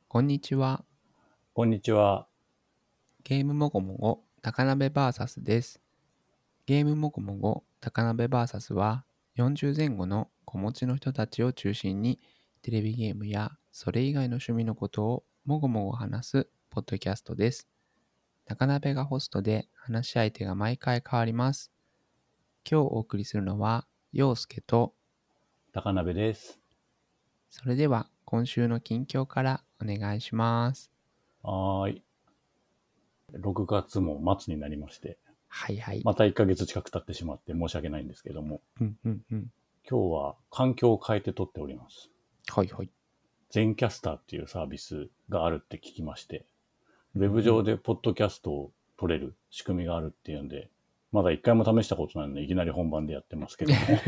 こんにちは。 こんにちは。 ゲームもごもご高鍋バーサスです。ゲームもごもご高鍋バーサスは40前後の子持ちの人たちを中心にテレビゲームやそれ以外の趣味のことをもごもご話すポッドキャストです。高鍋がホストで話し相手が毎回変わります。今日お送りするのは陽介と、 高鍋です。 それでは今週の近況からお願いします。 はーい。6月も末になりまして、 はいはい。 また1ヶ月近く経ってしまって申し訳ないんですけども、 うんうんうん。 今日は環境を変えて撮っております。 はいはい。 ゼンキャスターっていうサービスがあるって聞きまして、ウェブうんうん。 上でポッドキャストを撮れる仕組みがあるっていうんで、まだ1回も試したことないので、いきなり本番でやってますけども、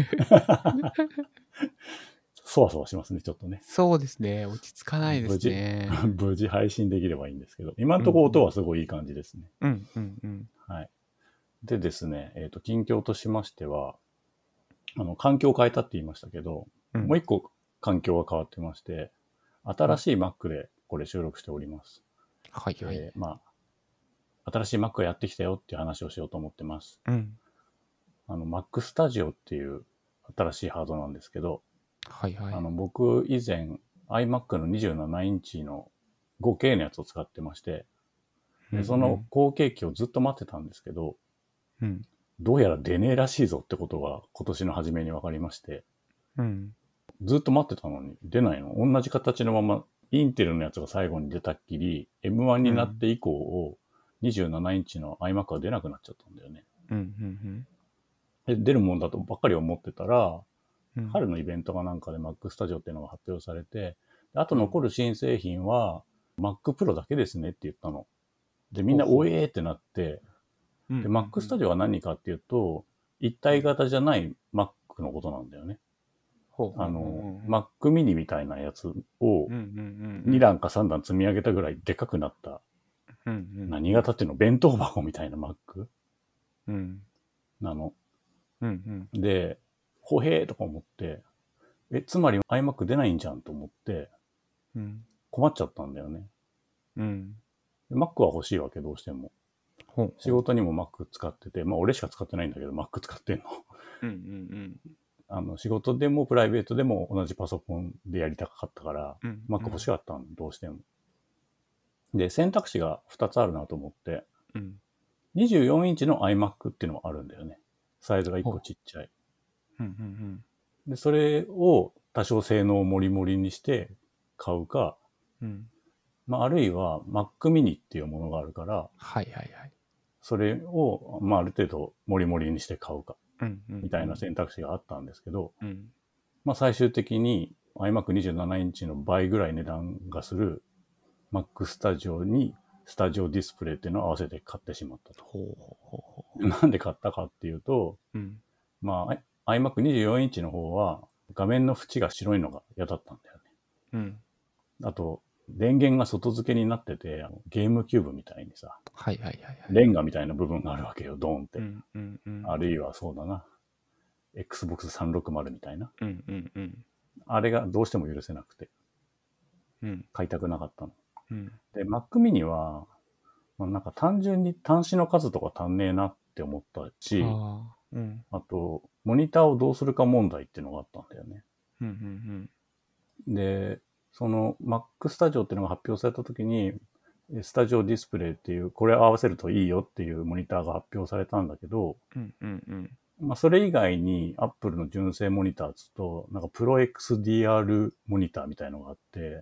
そわそわしますね、ちょっとね。 そうですね。落ち着かないです無事、 ね。 無事配信できればいいんですけど、今のところ音うんうん。 はすごいいい感じですね。 うんうんうん。 はい。でですね、近況としましては、環境を変えたって言いましたけど、 うん。 もう一個環境が変わってまして、 うん。 新しい Mac でこれ収録しております。 はいはい。 で、新しい Mac がやってきたよっていう話をしようと思ってます。 うん。 Mac Studio っていう新しいハードなんですけど、 はいはい。 僕以前 iMac の27インチの 5K のやつを使ってまして、 うんうで、そのん。 後継機をずっと待ってたんですけど、 うん。 どうやら出ねえらしいぞってことが今年の初めに分かりまして、 うん。 ずっと待ってたのに出ないの。同じ形のまま、インテルのやつが最後に出たっきり、M1 になっうん。 て以降、27インチの iMac が出なくなっちゃったんだよね。 うん。 で出るもんだとばっかり思ってたら、 うん。 春のイベントかなんかで Mac Studio っていうのが発表されて、あとうん。 残る新製品は Mac Pro だけですねって言ったの。で、みんなおほうほえーってなって、 う。うんで、 うん Mac うん。 Studio は何かっていうと、一体型じゃない Mac のことなんだよね。 ほうほうほうほうほう。 Mac mini みたいなやつをうんうん 2段か3段積み上げたぐらいでかくなった、 うんうん。うん何型っていうの、弁当箱みたいな Mac うん。うん。 なの。 うんうん。 で、ほへーとか思って、つまり iMac 出ないんじゃんと思って、 うん。 困っちゃったんだよね。 うん。 で Mac は欲しいわけ、どうしても。 ほうほう。 仕事にも Mac 使ってて、まあ俺しか使ってないんだけど、Mac 使ってんの。 うんうん仕事でもプライベートでも同じパソコンでやりたかったから、 うん。う Mac 欲しんかったの、どうしても。で、選択肢が2つあるなと思って、 うん。 24インチの iMac っていうのもあるんだよね。サイズが1 ほう。 個ちっちゃい。 うんうんで、それを多少性能をモリモリにして買うか、 うん。うん。 あるいは Mac mini っていうものがあるから、 はいはいはい。 それを、ある程度モリモリにして買うか、 うんうんみたいなうん。 選択肢があったんですけど、 うん。 最終的に iMac27 インチの倍ぐらい値段がする Mac Studio にスタジオディスプレイっていうのを合わせて買ってしまったと。 ほうほうほうほなんで買ったかっていうと、 う。うん。 iMac24 インチの方は画面の縁が白いのが嫌だったんだよね。 うん。 あと、電源が外付けになってて、ゲームキューブみたいにさ、 はいはいはいはい。 レンガみたいな部分があるわけよ、ドーンって。 うんうんうん。 あるいはそうだな、Xbox 360みたいな。 うんうんうん。 あれがどうしても許せなくて、 うん。 買いたくなかったの。 うん。 で、Mac mini は、なんか単純に端子の数とか足んねえなって思ったし、 ああ。うん。 あと、モニターをどうするか問題っていうのがあったんだよね。 うんうんで、その Mac Studio っていうのが発表された時に、スタジオディスプレイっていう、これを合わせるといいよっていうモニターが発表されたんだけど、 うん。うんうんそれ以外に Apple の純正モニターつと、なんか ProXDR モニターみたいのがあって、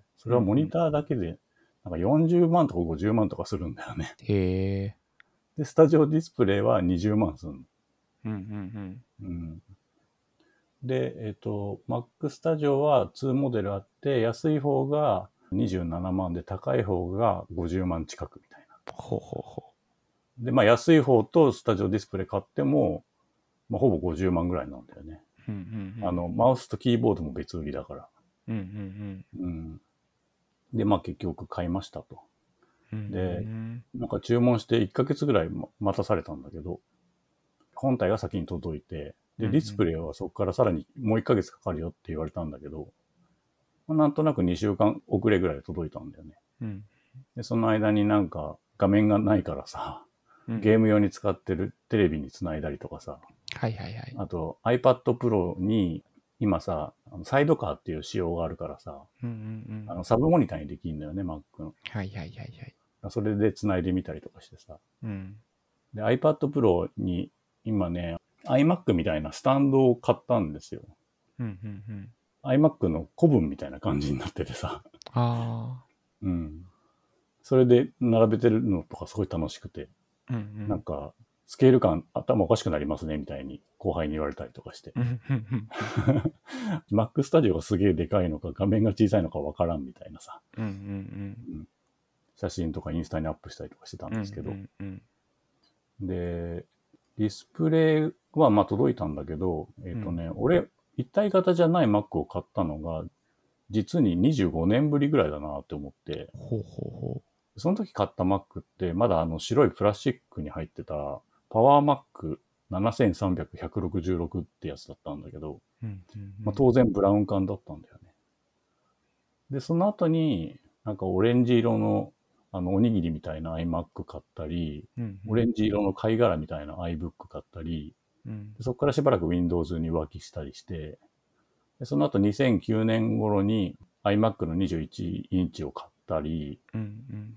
そうん。うんうん。 れはモニターだけで、なんか40万とか50万とかするんだよね。 へえ。 で、スタジオディスプレイは20万するの。 うんうんうん。で、Mac Studio は2モデルあって、安い方が27万で、高い方が50万近くみたいな。 ほうほうほで、安い方とスタジオディスプレイ買っても、ほぼ50万ぐらいなんだよね。 う。うんうんマウスとキーボードも別売りだから。 うん。うんうん。で、結局買いましたと。 うんうん。うで、 ん。 なんか注文して1ヶ月ぐらい待たされたんだけど、本体が先に届いて、で、 うんうディスプん。 レイはそこからさらにもう1ヶ月かかるよって言われたんだけど、なんとなく2週間遅れぐらいで届いたんだよね。 うん。 で、その間になんか画面がないからさ、 うん。 ゲーム用に使ってるテレビにつないだりとかさ、 はいはいはい。 あと iPad Pro に今さ、サイドカーっていう仕様があるからさ、 うんうんうん。 サブモニターにできるんだよね、Mac の。 はいはいはいはい。 それで繋いでみたりとかしてさ。 うん。 で、iPad Pro に今ね、iMac みたいなスタンドを買ったんですよ。 うんうんうん。 iMac の古文みたいな感じになっててさ。 あうん。それで並べてるのとかすごい楽しくて。 あ。うんうん。 なんか、スケール感頭おかしくなりますねみたいに後輩に言われたりとかして。 うんうんうんうん。 Mac Studio がすげえでかいのか画面が小さいのかわからんみたいなさ。 うんうんうん、写真とかインスタにアップしたりとかしてたんうん。うんうですけど。 んうん。 で、ディスプレイはまあ届いたんだけど、 うん。 俺、一体型じゃない Mac を買ったのが、実に25年ぶりぐらいだなって思って、 ほうほうほその時買った Mac って、まだ白いプラスチックに入ってた、パワー Mac 7300-166ってやつだったんだけど、 う。うんうんうまあ、 ん。 当然ブラウン管だったんだよね。で、その後に、なんかオレンジ色の、おにぎりみたいな iMac 買ったり、 うんうん。 オレンジ色の貝殻みたいな iBook 買ったり、 うん。 でそこからしばらく Windows に浮気したりして、でその後2009年頃に iMac の21インチを買ったり、 うんうん。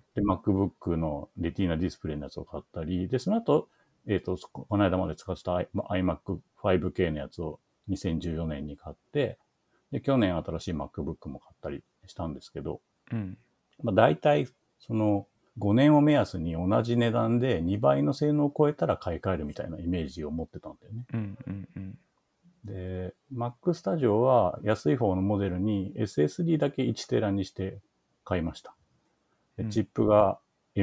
で、MacBook のレティーナディスプレイのやつを買ったり、で、その後、この間まで使ってた iMac 5K のやつを2014年に買って、で、去年新しい MacBook も買ったりしたんですけど、 うん。 まあ、大体、その、5年を目安に同じ値段で2倍の性能を超えたら買い替えるみたいなイメージを持ってたんだよね。 うんうんうん。 で、Mac Studio は安い方のモデルに SSD だけ1テラにして買いました。でチうん。 ップが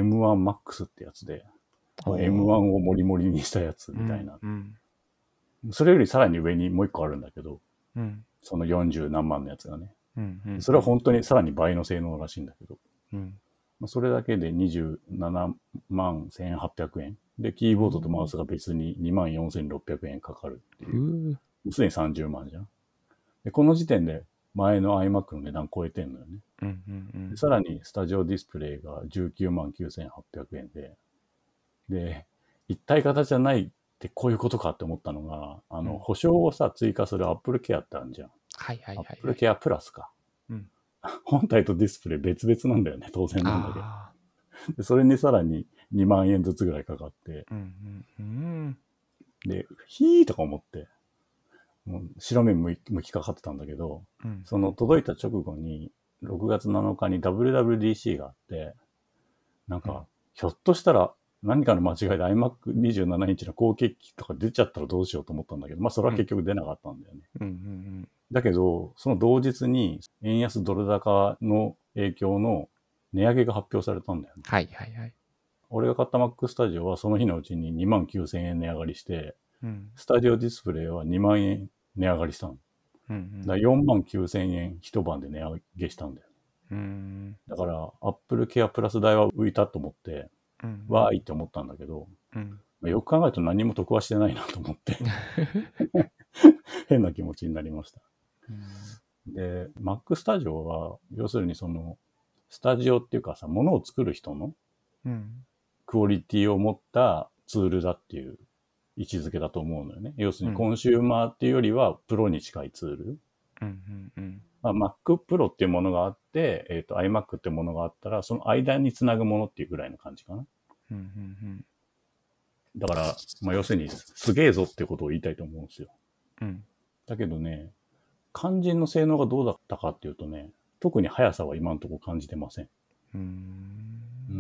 M1Max ってやつで、 おまあ、M1 ー。 をモリモリにしたやつうみたいな。 んうん。 それよりさらに上にもう一個あるんだけど、 うん。 その40何万のやつがね。 うんうんそれは本当にさらに倍の性能らしいんだけど、 うん。 まあ、それだけで27万1800円。で、キーボードとマウスが別に2万4600円かかるっていう。 ふう。 すでに30万じゃん。で、この時点で前の iMac の値段超えてんのよね。 うんうんでさらにスタジオディスプレイが19万9800円で、で、一体型じゃないってこういうことかって思ったのが、 うん。うん。 保証をさ、追加する Apple Care ってあるじゃん。 はいはいはいは Apple い。 Care プラスか。 うん。 本体とディスプレイ別々なんだよね。当然なんだけど。 ああ。 でそれにさらに2万円ずつぐらいかかって、 うんうんうん。 で、ヒーとか思って、もう白目向きかかってたんだけど、 うんその届いた直後に、6月7日に WWDC があって、なんうんか、ひょっとしたら何かの間違いで iMac27 インチの後継機とか出ちゃったらどうしようと思ったんだけど、まあそれは結局出なかったんだよね。 うんうんだけど、その同日に円安ドル高の影響の値上げが発表されたんだよね。 はいはいはい。 俺が買った Mac Studio はその日のうちに2万9000円値上がりして、 うんスタジオディスプレイは2万円値上がりしたの。 うんうんだから4万9000円一晩で値上げしたんだよ。 うん。 だから Apple Care プラス代は浮いたと思って、 うんわーいって思ったんだけど、 うん。 よく考えると何も得はしてないなと思って、変な気持ちになりました。 うん。 で、Mac Studio は、要するにその、スタジオっていうかさ、ものを作る人のうん。 クオリティを持ったツールだっていう位置づけだと思うのよね。要するにうん。 コンシューマーっていうよりはプロに近いツール。 うんうん。 まあ、Mac Pro っていうものがあって、iMac っていうものがあったら、その間につなぐものっていうぐらいの感じかな。 うんうんだから、まあ、要するに、すげえぞっていうことを言いたいと思うんですよ。 うん。 だけどね、肝心の性能がどうだったかっていうとね、特に速さは今のところ感じてません。 うん。 うん。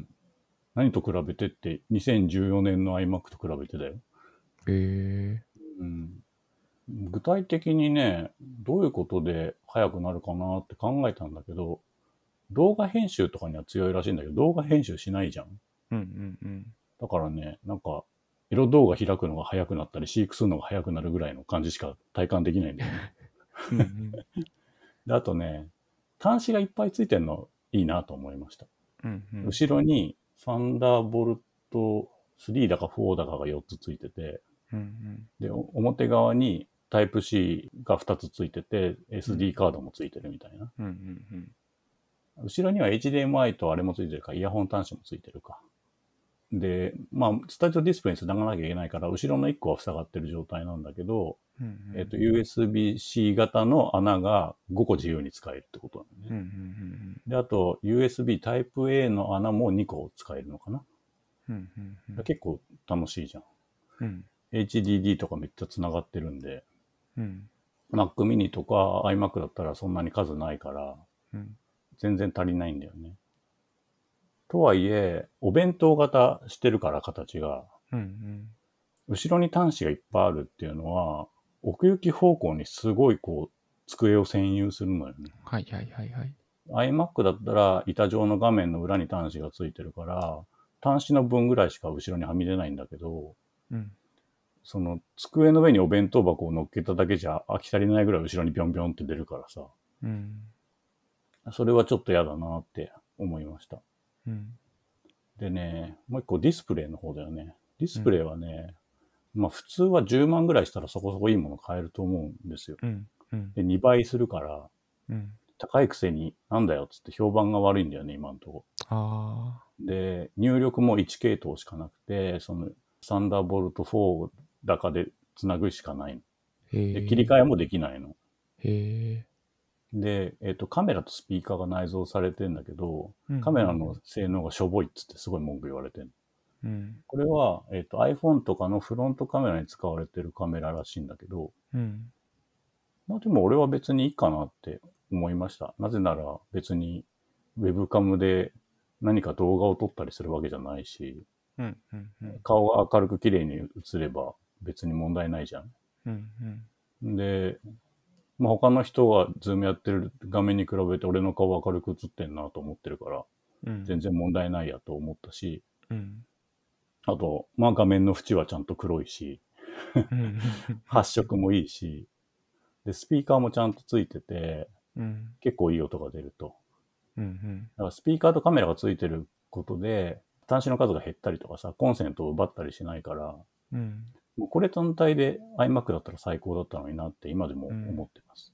何と比べてって2014年の iMac と比べてだよ。 ええ。 うん。具体的にね、どういうことで速くなるかなって考えたんだけど、動画編集とかには強いらしいんだけど、動画編集しないじゃん。 うんうんうん。 だからね、なんか、色動画開くのが速くなったり、飼育するのが速くなるぐらいの感じしか体感できないんだよね。 うんうん。 で、あとね、端子がいっぱいついてるのいいなと思いました。 うんうん。 後ろに、サンダーボルト3だか4だかが4つついてて、 うんで、表側にタイプ C が2つついてて、 うん。 SD カードもついてるみたいな。 うんうん後ろには HDMI とあれもついてるか、イヤホン端子もついてるか。で、まあ、スタジオディスプレイに繋がなきゃいけないから、後ろの1個は塞がってる状態なんだけど、USB-C 型の穴が5個自由に使えるってことなんだね。で、あと、USB Type A の穴も2個使えるのかな。結構楽しいじゃん。HDD とかめっちゃ繋がってるんで、Mac mini とか iMac だったらそんなに数ないから、全然足りないんだよね。とはいえ、お弁当型してるから形が、後ろに端子がいっぱいあるっていうのは、奥行き方向にすごいこう、机を占有するのよね。 はいはいはいはい。 iMac だったら板状の画面の裏に端子がついてるから、端子の分ぐらいしか後ろにはみ出ないんだけど、その机の上にお弁当箱を乗っけただけじゃ飽き足りないぐらい後ろにビョンビョンって出るからさ、それはちょっと嫌だなって思いました。でね、もう一個ディスプレイの方だよね。ディスプレイはね、まあ普通は10万ぐらいしたらそこそこいいもの買えると思うんですよ。で、2倍するから、高いくせになんだよっつって評判が悪いんだよね、今のところ。で、入力も1系統しかなくて、そのサンダーボルト4だかで繋ぐしかないの。で、切り替えもできないの。で、カメラとスピーカーが内蔵されてんだけど、カメラの性能がしょぼいっつってすごい文句言われてる。これは、iPhone とかのフロントカメラに使われてるカメラらしいんだけど、まあでも俺は別にいいかなって思いました。なぜなら別にウェブカムで何か動画を撮ったりするわけじゃないし、顔が明るく綺麗に映れば別に問題ないじゃん。で、まあ、他の人がズームやってる画面に比べて俺の顔明るく映ってんなと思ってるから、全然問題ないやと思ったし、あと、まあ画面の縁はちゃんと黒いし、発色もいいし、で、スピーカーもちゃんとついてて、結構いい音が出ると。だからスピーカーとカメラがついてることで、端子の数が減ったりとかさ、コンセントを奪ったりしないから、もうこれ単体で iMac だったら最高だったのになって今でも思ってます。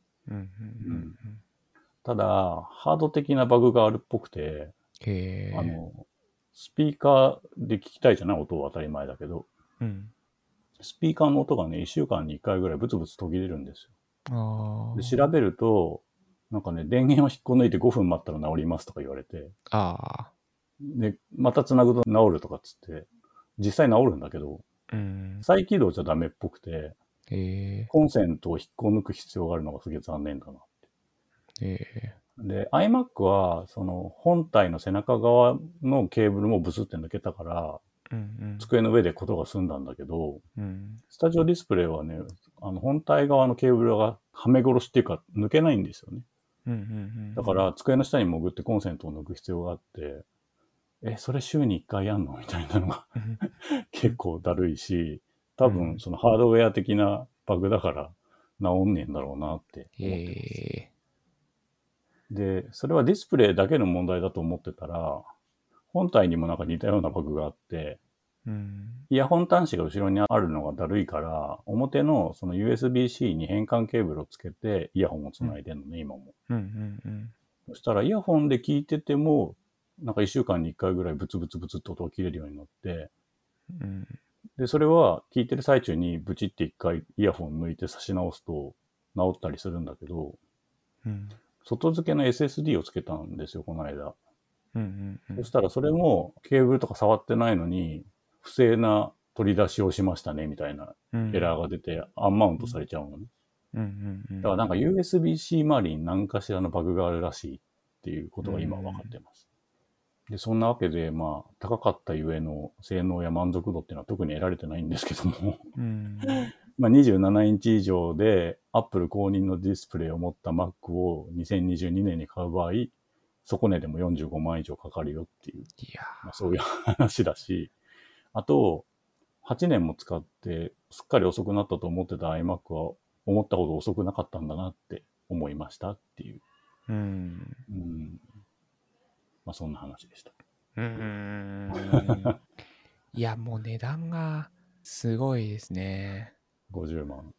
ただ、ハード的なバグがあるっぽくて、スピーカーで聞きたいじゃない音は当たり前だけど、スピーカーの音がね、1週間に1回ぐらいブツブツ途切れるんですよ。で、調べると、なんかね、電源を引っこ抜いて5分待ったら治りますとか言われて、で、また繋ぐと治るとかっつって、実際治るんだけど、再起動じゃダメっぽくて、コンセントを引っこ抜く必要があるのがすげえ残念だなって。で、iMac は、その本体の背中側のケーブルもブスって抜けたから、机の上でことが済んだんだけど、スタジオディスプレイはね、本体側のケーブルがはめ殺しっていうか抜けないんですよね。だから机の下に潜ってコンセントを抜く必要があって、それ週に1回やんのみたいなのが結構だるいし、多分そのハードウェア的なバグだから治んねえんだろうなって思ってます。で、それはディスプレイだけの問題だと思ってたら、本体にもなんか似たようなバグがあって、イヤホン端子が後ろにあるのがだるいから、表のその USB-C に変換ケーブルをつけてイヤホンをつないでんのね、今も。そしたらイヤホンで聞いてても、なんか1週間に1回ぐらいブツブツブツっと音が切れるようになって、で、それは聞いてる最中にブチって1回イヤホン抜いて差し直すと治ったりするんだけど、外付けの SSD をつけたんですよ、この間。そしたらそれもケーブルとか触ってないのに、不正な取り出しをしましたね、みたいなエラーが出て、アンマウントされちゃうのね。だからなんか USB-C 周りに何かしらのバグがあるらしいっていうことが今分かってます。で、そんなわけで、まあ、高かったゆえの性能や満足度っていうのは特に得られてないんですけどもまあ27インチ以上で Apple 公認のディスプレイを持った Mac を2022年に買う場合、底値でも45万以上かかるよっていう、まあ、そういう話だし、あと、8年も使ってすっかり遅くなったと思ってた iMac は思ったほど遅くなかったんだなって思いましたっていう。まあそんな話でした。 いや、もう値段がすごいですね。 50万。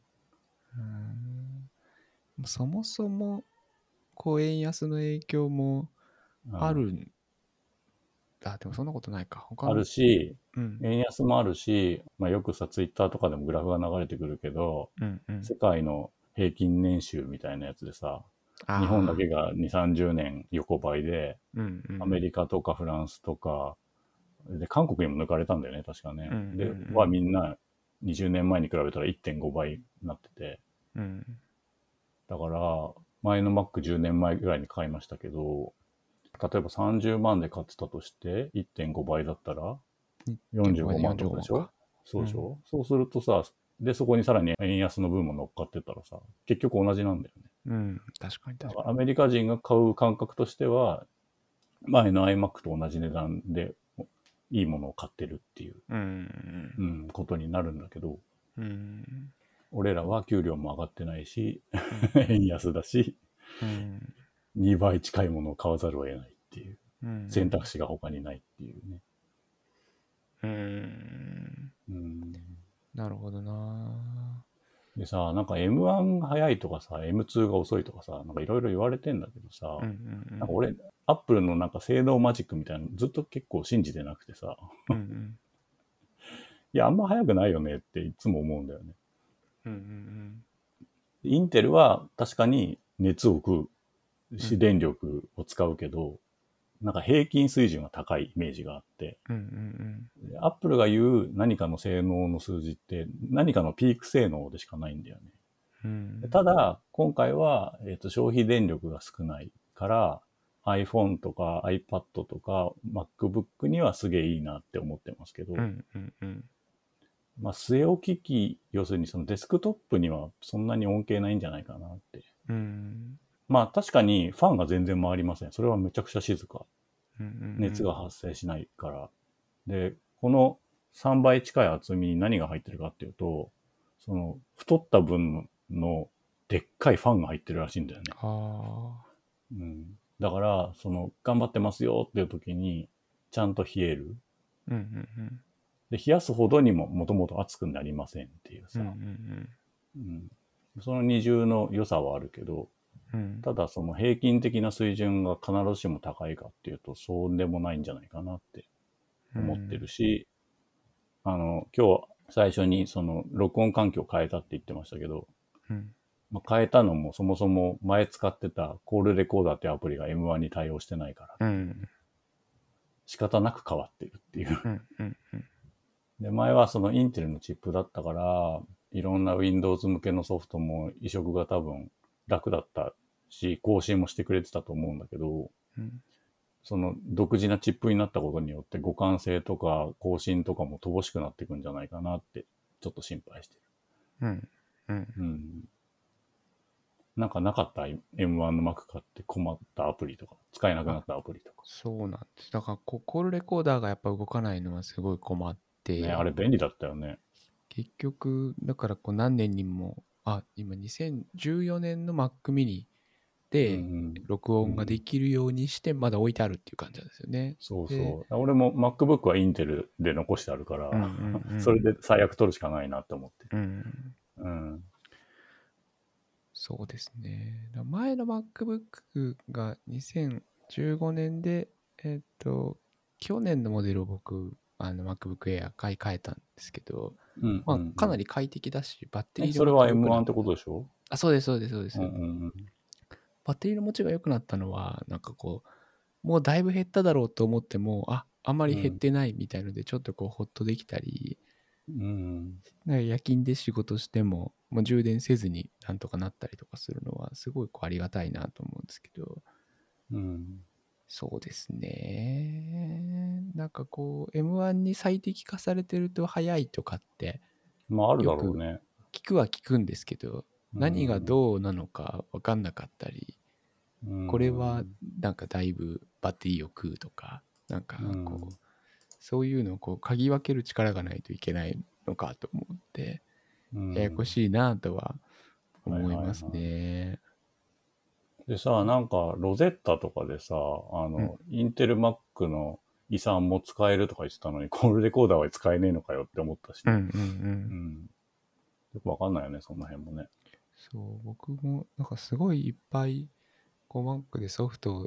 そもそも、円安の影響もうん、 あるんだ。でもそんなことないか。他あるの、 し、 うん、 円安もあるし、まあ、よくさ、ツイッターとかでもグラフが流れてくるけど、 うん、うん。 世界の平均年収みたいなやつでさ、日本だああ、 けが2、30年横ばいで、 うん、うん、 アメリカとかフランスとか、で、韓国にも抜かれたんだよね、確かね。 うん、うで、 ん、 みんな20年前に比べたら1.5倍になってて、 うん、うん、 だから、前の Mac10 年前ぐらいに買いましたけど、例えば30万で買ってたとして、1.5倍だったら 1.5 45 倍で万と 45万か。 かでしょ。そううん、 でしょ。そうするとさ、で、そこにさらに円安の分も乗っかってたらさ、結局同じなんだよね。 うん、確かに確かだからアメリカ人が買う感覚としては、前の iMac と同じ値段でいいものを買ってるっていう、 に。うん、 うん、ことになるんだけど、 うん、 俺らは給料も上がってないし、 うん、 円安だし、 うん、 2倍近いものを買わざるを得ないっていう、 うん、う選択ん、 肢が他にないっていうね。 うん、 うん。 なるほどな。 でさ、なんか M1 が早いとかさ、M2 が遅いとかさ、なんかいろいろ言われてんだけどさ、 うん、うん、 なんか俺、アップルのなんか性能マジックみたいなのずっと結構信じてなくてさ、 うん、うん、 いや、あんま早くないよねっていつも思うんだよね。 うん、うん、 インテルは確かに熱を食うし、 うん、 電力を使うけど、なんか平均水準が高いイメージがあって、 うん、うん、 アップルが言う何かの性能の数字って何かのピーク性能でしかないんだよね。 うん、 ただ、今回は、消費電力が少ないから、iPhone とか iPad とか MacBook にはすげえいいなって思ってますけど、 うん、うん、うん、 まあ、据え置き機、要するにそのデスクトップにはそんなに恩恵ないんじゃないかなって。 うん、 まあ確かにファンが全然回りません。それはめちゃくちゃ静か。 うん、うん、 熱が発生しないから。で、この3倍近い厚みに何が入ってるかっていうと、その太った分のでっかいファンが入ってるらしいんだよね。 ああ、 うん。だから、その、頑張ってますよっていう時に、ちゃんと冷える。 うん、うん、 で、冷やすほどにももともと熱くなりませんっていううん、うさ。 ん、 うん。その二重の良さはあるけど、 うん、 ただその平均的な水準が必ずしも高いかっていうと、そうでもないんじゃないかなってう思ってるん、 し、今日最初にその録音環境を変えたって言ってましたけど、 うん、 まあ、変えたのもそもそも前使ってたコールレコーダーっていうアプリが M1 に対応してないからうん、 っていうね。仕方なく変わってるっていう。 うん、うん、 で、前はそのインテルのチップだったから、いろんな Windows 向けのソフトも移植が多分楽だったし、更新もしてくれてたと思うんだけど、 うん、 その独自なチップになったことによって互換性とか更新とかも乏しくなっていくんじゃないかなって、ちょっと心配してうん、うん。 る。うん。なんかなかった M1 の Mac 買って困ったアプリとか、使えなくなあ、 ったアプリとか。 そうなんです。だからコールレコーダーがやっぱ動かないのはすごい困っね、あて、 れ便利だったよね。 結局、だからこう何年にも、今2014年の Mac mini うんうでん。 録音がでうん。 きるようにしてまだ置いてあるっていう感じなんですよね。で、 そうそう。俺も MacBook はインテルで残してあるかうんうら、それんで最悪取るしかないなって思ってる。 うん。うん。 うん。 そうですね。前の MacBook が2015年で、去年のモデルを僕、MacBook Air 買い替えたんですけど、 うんうまあ、かなんり快適だし、バッテうん。 リーのそれは持ちが良くな M1 っってことでしょ。 あ、そうです、そうです、そうでうんうす。 んうん。 バッテリーの持ちが良くなったのは、なんかこう、もうだいぶ減っただろうと思っても、あんまり減っうんてないみたいので、ちょっとこう、ほっとできたり、 うん。 なんか夜勤で仕事しても、もう充電せずになんとかなったりとかするのは、すごいこうありがたいなと思うんですけど、 うん。 そうですね。なんかこう、M1 に最適化されてると早いとかって、 まああるよくだろうね。 聞くは聞くんですけど、 う何がん。 どうなのか分かんなかったり、 うこれはん。 なんかだいぶバッテリーを食うとか、なんうかこう、 ん。 そういうのをこう嗅ぎ分ける力がないといけないのかと思って、 うややこん。 しいなとははいはい思いますはね。 い。でさ、なんか、ロゼッタとかでさ、 うん。 インテル Mac の遺産も使えるとか言ってたのに、コールレコーダーは使えねえのかよって思ったし、 うんうんうん。 うん。よくわかんないよね、その辺もね。 そう、僕もなんかすごいいっぱいこう Mac でソフト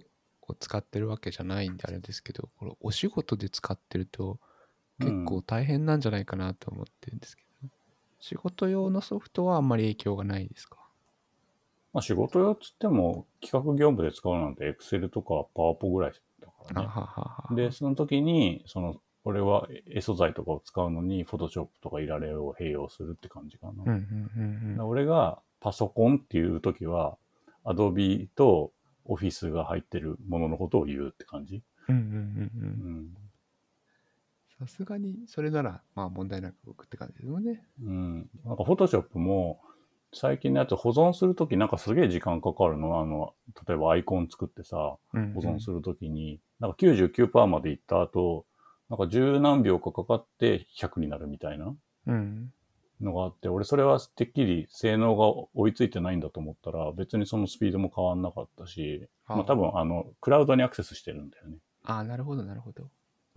を使ってるわけじゃないんであれですけど、これお仕事で使ってると結構うん。 大変なんじゃないかなと思ってるんですけど、仕事用のソフトはあんまり影響がないですか？ まあ仕事用っつっても、企画業務で使うなんて Excel とかパワポぐらいだからね。 あはははで、 は。 その時に、俺は絵素材とかを使うのに、Photoshop とかいられを併用するって感じかな。 うんうんうんで俺がパソコンっていう時は、Adobe と Office が入ってるもののことを言うって感じ。 うん。うんうんうんうん。 うん。 さすがにそれならまあ問題なく動くって感じですよね。 うん。なんか Photoshop も、最近のやつ保存するときなんかすげえ時間かかるの。例えばアイコン作ってさ、 うんうん。 保存するときに、なんか99%までいった後、なんか十何秒かかかって100になるみたいなうん。 のがあって、俺それはてっきり性能が追いついてないんだと思ったら、別にそのスピードも変わんなかったし、まあ多分あクラウドにアクセスしてるんだよね。 あ。ああ、なるほどなるほど。 うん。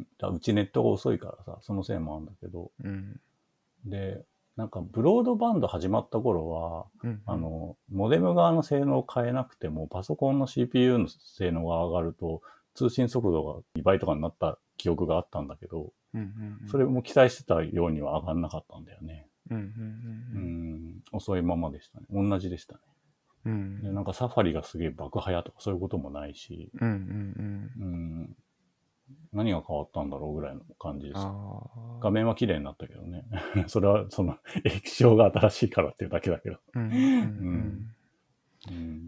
うちネットが遅いからさ、そのせいもあるんだけど、 うん。 で、なんかブロードバンド始まった頃は、 うんうん。 モデム側の性能を変えなくても、パソコンの CPU の性能が上がると、通信速度が2倍とかになった記憶があったんだけど、 うんうんそれも期待してたようには上がんなかったんだよね。 うん。うんうん遅いままでしたね。同じでしたね。 うんうで、 ん。 なんかサファリがすげえ爆早とかそういうこともないし、 うんうんうん。 うん、何が変わったんだろうぐらいの感じであした。画あ。 面は綺麗になったけどね。それは液晶が新しいからっていうだけだけど。 うんうんううん。 ん。 うん。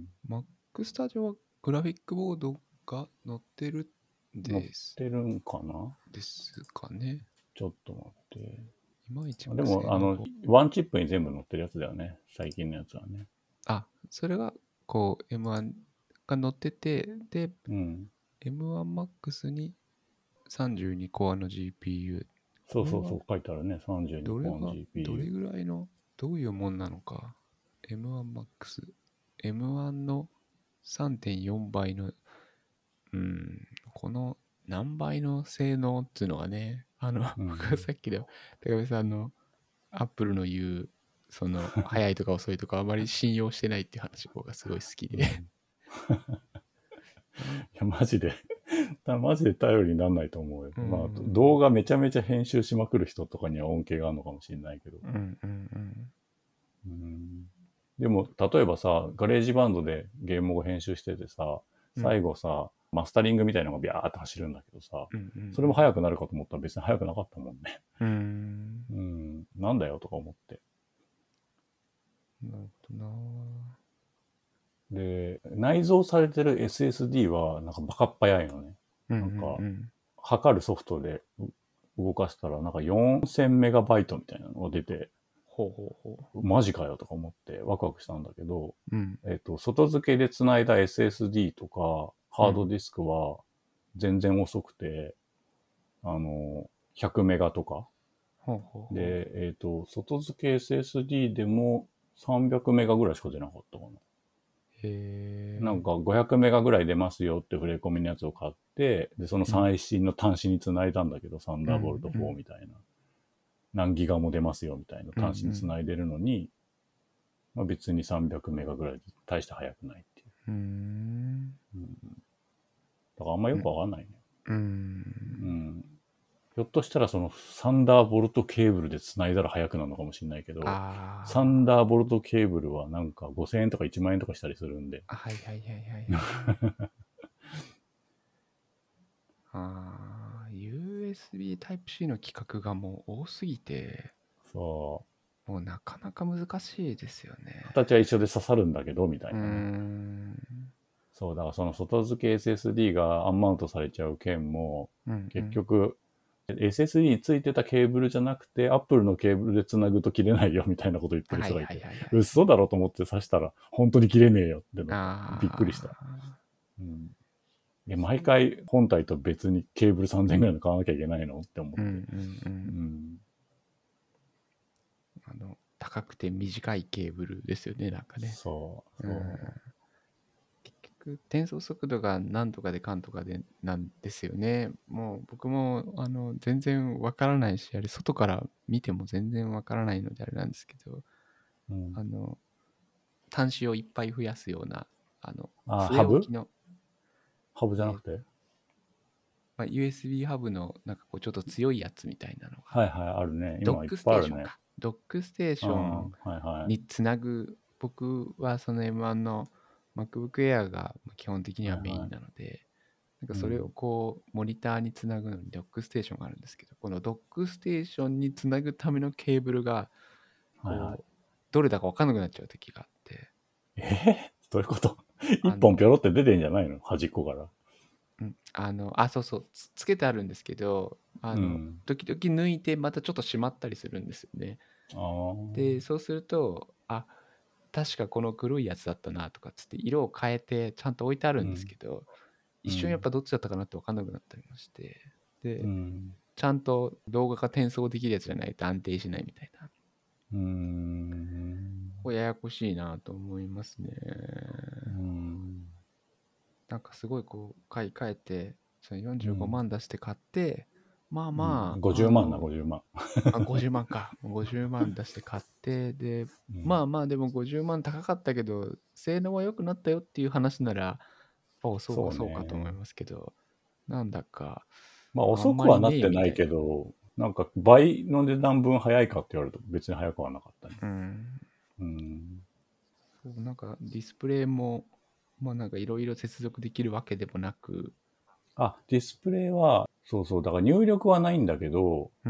Mac Studio はグラフィックボードが載ってるん乗っですてるんかな。 ですかね。 ちょっと待って。 いまいちでも、 性能が。 ワンチップに全部乗ってるやつだよね。最近のやつはね。 あ、それがこう M1 が載ってて、で、 うん。 M1Max に32コアの GPU。これはそうそうそう、書いてあるね。32コアのどれ GPU。 ぐらいの、どういうもんなのか。M1Max。M1 の3.4倍の、この何倍の性能っていうのがね、 う僕はん。 さっきの高部さんのアップルの言う、早いとか遅いとかあまり信用してないっていう話がすごい好きで。 うん。いや、マジでマジで頼りにならないと思うよ。 うまあ、 ん、 動画めちゃめちゃ編集しまくる人とかには恩恵があるのかもしれないけど。 うん、うん、 うん。でも、例えばさ、ガレージバンドでゲームを編集しててさ、 うん、うん、 最後さ、マスタリングみたいなのがビャーって走るんだけどさ、 うん、うそれも速ん、 くなるかと思ったら別に速くなかったもんね。 うん、 うん。なんだよとか思って。 なるほどな。 で、内蔵されてる SSD はなんかバカっ早いのね。 うん、うん、 なんか、 うん。 測るソフトで動かしたらなんか4000メガバイトみたいなのが出て、 ほうほうほマジかよとか思ってワクワクしたんだけど、 う。うん、 外付けで繋いだ SSD とかうん、 ハードディスクは全然遅くて、100メガとか。 ほうほうほで、外付け SSD でも300メガぐらいしか出なかったかな。 う。へえ。 なんか500メガぐらい出ますよって触れ込みのやつを買って、で、そのうん、 最新の端子に繋いだんだけど、サンうん、 ダーボルトうん、 4みたいな。何ギガも出ますよみたいなうん、う端子にん。 繋いでるのに、まあ、別に300メガぐらいで大して速くないっていう。 うーん。 だからあんまようん。 くわかんないね。 うん。 うん。ひょっとしたらそのサンダーボルトケーブルで繋いだら速くなるのかもしれないけど、サンあダーボルトケーブルはなんか5000円とか1万円とかしたりするんで、 あ。はいはいはいはいはいはい。ああ。USB Type-C の規格がもう多すぎて、 そう、 もうなかなか難しいですよね。 形は一緒で刺さるんだけど、みたうーいなね。 ん。 そう、だからその外付け SSD がアンマウントされちゃう件も、結うんうん。 局、SSD についてたケーブルじゃなくて、Apple のケーブルで繋ぐと切れないよみたいなこと言ってるはい人がいて、 はいはいはい。 嘘だろと思って刺したら、本当に切れねえよってのがびっくりした。 ああ。 うん、毎回本体と別にケーブル3000円ぐらいの買わなきゃいけないのって思っうんうて。 んうん。 うん。 高くて短いケーブルですよね、なんかね。 そう、 うん。 そ結局、転送速度が何とかでかんとかでなんですよね。もう僕も全然わからないし、あれ外から見ても全然わからないのであれなんですけど、 う。うん。 あの、端子をいっぱい増やすような、 あ、ハブ据え置きの、 ハブじゃなくて？ まあ、USB ハブのなんかこうちょっと強いやつみたいなのが、 はいはい、あるね。今いっドックスぱいあるね。 テーションか。ドックステーショうん、 ンはいはい。 につなぐ、僕はその M1 の MacBook Air が基本的にはメインはいはい。 なので、なんかそれをうん。 こうモニターにつなぐのにドックステーションがあるんですけど、このドックステーションにつなぐためのケーブルがはいはい。 こうどれだか分かんなくなっちゃう時があって、 どういうこと？一あの、 本ピョロって出てんじゃないの？端っこから。 うん、そうそう、つけてあるんですけど、 うん。 時々抜いてまたちょっと閉まったりするんですよね。 ああ。 で、そうすると、確かこの黒いやつだったなとかつって色を変えてちゃんと置いてあるんですうん。 けど、一瞬やっうん。 ぱどっちだったかなって分かんなくなったりもして、 うで、 ん。 ちゃんと動画が転送できるやつじゃないと安定しないみたいな。 うーん。 これややこしいなと思いますね。 うーん。 なんかすごいこう買い替えて、その45 うん。 万出して買って、まあうん。 まあ、 50万な、50万。 50万か。50万出して買って、で、 うん。 まあまあでも50万高かったけど、性能は良くなったよっていう話なら、そうそうかそうかと思いね。 ますけど、なんだか、 まああん遅くはなっまりねえてないけみたいな。 ど、なんか倍の値段分早いかって言われると別に早くはなかったね。 うん。 うん。 そうなんかディスプレイも、まあなんかいろいろ接続できるわけでもなく、 あ、ディスプレイは、そうそう、だから入力はないんだけど、 うんうん。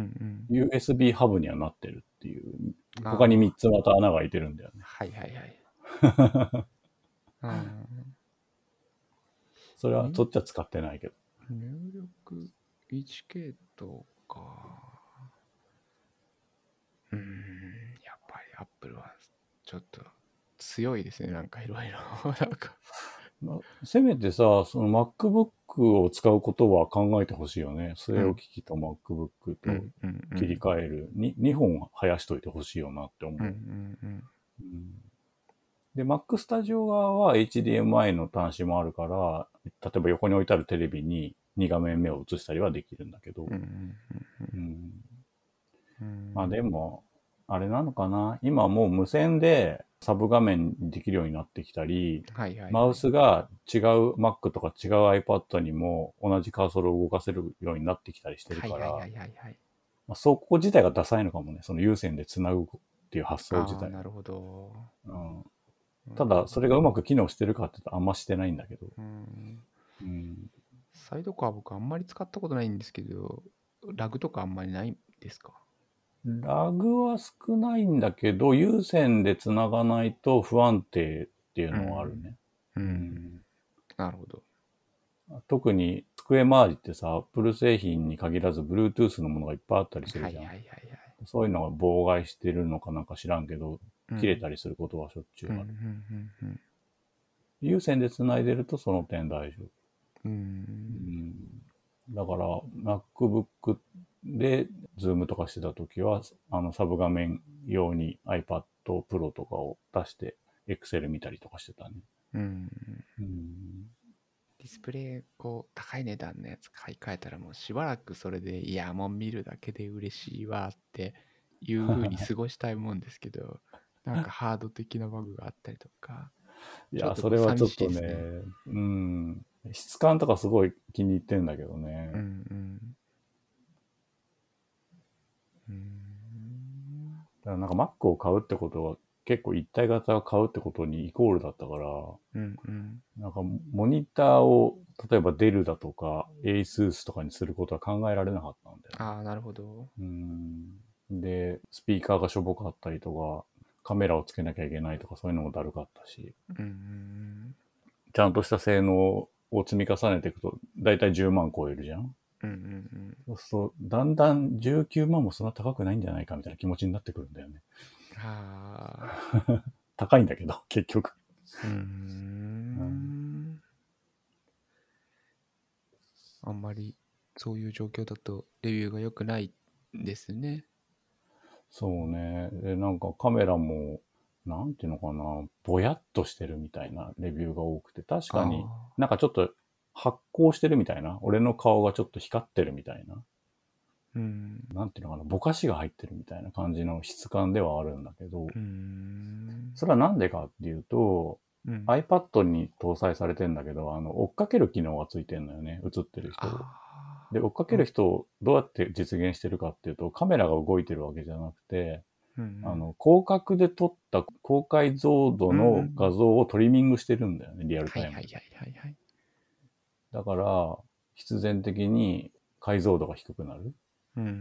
USB ハブにはなってるっていう。他に3 ああ、 つまた穴が開いてるんだよね。 はいはいはい。ああ、 それは、 入そっちは使ってないけど。 入力 1K とか、やっぱり Apple はちょっと強いですね、なんかいろいろ。なんか、 せめてさ、その MacBook を使うことは考えてほしいよね。据え置うん、 き機と MacBook とうんうんう切りん、 替える。2本生やしといてほしいよなって思うんうう。 んうん、で、Mac Studio 側は HDMI の端子もあるから、例えば横に置いてあるテレビに2画面目を映したりはできるんだけど、 うんうんうん、 うんうまあでん、 も、あれなのかな。今もう無線でサブ画面にできるようになってきたり、 はいはいマウはい。 スが違う Mac とか違う iPad にも同じカーソルを動かせるようになってきたりしてるから、 はいはいはいはいはい。 まあ、そこ自体がダサいのかもね。その有線で繋ぐっていう発想自ああ、 体が。 なるほど。 うん、 うただ、それがんうまく機能してるかって言うとあんましてないんだけど。 うん、 うん、 サイドカー僕あんまり使ったことないんですけど、ラグとかあんまりないですか？ ラグは少ないんだけど、有線で繋がないと不安定っていうのはあるうん。 ね。 うん。 うん、 なるほど。 特に机周りってさ、Apple 製品に限らず Bluetooth のものがいっぱいあったりするじゃん。 はいはいはいはい。 そういうのが妨害してるのかなんか知らんけど、切れうん。 たりすることはしょっちゅううん。うある。 ん。うん。 有線で繋いでるとその点大丈夫。 ううん。 ん、だから MacBook で Zoom とかしてた時は、サブ画面用に iPad Pro とかを出して Excel 見たりとかしてたね。 うん。 うん、 ディスプレイ、こう、高い値段のやつ買い替えたらもうしばらくそれで、いや、もう見るだけで嬉しいわっていう風に過ごしたいもんですけど、なんかハード的なバグがあったりとか、 いや、 ちょっとそれはちこう寂ょっとね、 しいですね。 うん、質感とかすごい気に入ってんだけどうんね。 うん。うん。 だからなんか Mac を買うってことは結構一体型を買うってことにイコールだったから、 うんうん。 なんかモニターを例えばデルだとか ASUS とかにすることは考えられなかったんだよね。 ああ、なるほど。 うん。で、スピーカーがしょぼかったりとか、カメラをつけなきゃいけないとかそういうのもだるかったし、 うんうんちゃんとした性能を積み重ねていくと、だいたい10万超えるじゃん。 うん。うんうんそうすると、だんだん19万もそんな高くないんじゃないかみたいな気持ちになってくるんだよね。 うん。ああ。 高いんだけど、結局。うん、 あんまりそういう状況だとレビューが良くないんですね。 そうね。で、なんかカメラも、なんていうのかな、ぼやっとしてるみたいなレビューが多くて、確かにああ。 なんかちょっと発光してるみたいな、俺の顔がちょっと光ってるみたいな、 うん。 なんていうのかな、ぼかしが入ってるみたいな感じの質感ではあるんだけど、 うん。 それはなんでかっていうと、 うん。 iPad に搭載されてんだけど、追っかける機能がついてんのよね、映ってる人を。で、追っかうん。 ける人をどうやって実現してるかっていうと、カメラが動いてるわけじゃなくて、 うん。 広角で撮った高解像度うん。うの画ん。 像をトリミングしてるんだよね、リアルはいタイムで。 はいはいはいはい。 だから、必然的に解像度が低くなる。 うん。うん。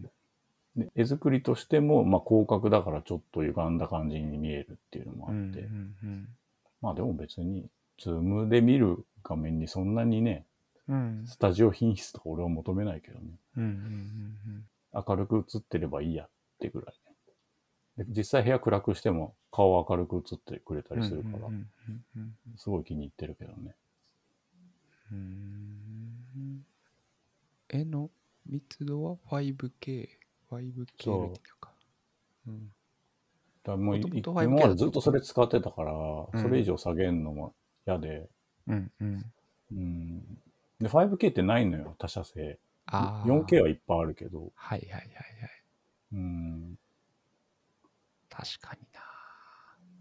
で、絵作りとしても、広角だからちょっと歪んだ感じに見えるっていうのもうん。うん。 あって。 うん。 でも別に、ズームで見る画面にそんなにね、 うん。 スタジオ品質とか俺は求めないけどね。 うん。うん。 明るく映ってればいいやってぐらい。で実際部屋暗くしても顔明るく映ってくれたうん。うん。 りするから、 うん。 すごい気に入ってるけどね。 うん。絵の密度は 5K。5K レテそィナか。うん。 う。だからもうもともと今 5K まだったのか。 でずっとそれ使ってたから、 うん。 それ以上下げるのも嫌で、 うん。うん。 うん。で、5K ってないのよ、他社製。4K ああ。 はいっぱいあるけど、 はいはいはいはい。 うん。 確かにな。 うん。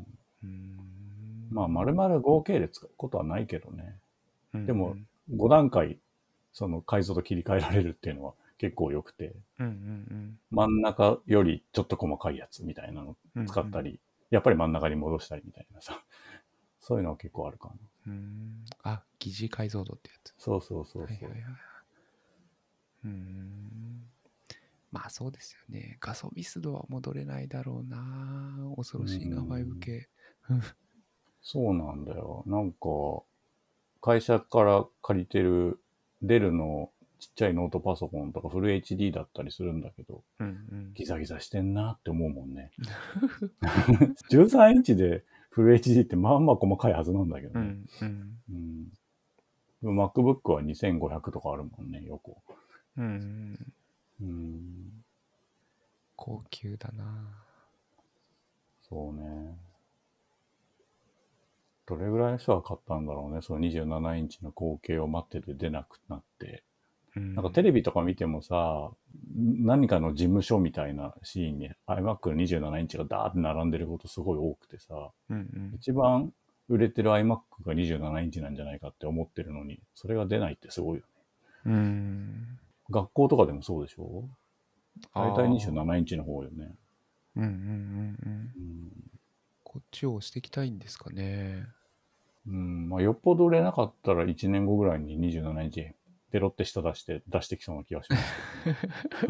うーん。 丸々 5K で使うことはないけどね。 うん。うでも、 ん。 5段階、その解像度切り替えられるっていうのは結構良くて、 うん。うん。 真ん中よりちょっと細かいやつみたいなのうん。うん。 使ったり、やっぱり真ん中に戻したりみたいなさ、そういうのは結構あるかな。 うん。あ、疑似解像度ってやつ。 そうそうそうそう。 はいはいはい。うーん。まあそうですよね。画素ミスドは戻れないだろうな。恐うろしいな、 ん。 5K。うん。 そうなんだよ。会社から借りてるデルのちっちゃいノートパソコンとかフル HD だったりするんだけど、 うん。 ギザギザしてんなって思うもんね。13インチでフル HD ってまあまあ細かいはずなんだけどね。 うん。うん。 うん。でも MacBook は2500とかあるもんね、横。 うん。 うん。 高級だな。 そうね。どれぐらいの人が買ったんだろうね。その27インチの後継を待ってて出なくなって。 うん。 なんかテレビとか見てもさ、何かの事務所みたいなシーンに iMac の27インチがダーって並んでることすごい多くてさ、 うん。 一番売れてる iMac が27インチなんじゃないかって思ってるのに、それが出ないってすごいよね。 うん。うん。 学校とかでもそうでしょ？ あ大体あ。 27インチの方よね。 うん。うん。うん。 うん。 こっちを押していきたいんですかね。 うん。よっぽど売れなかったら1年後ぐらいに27インチペロって下出してきそうな気がしますけどね。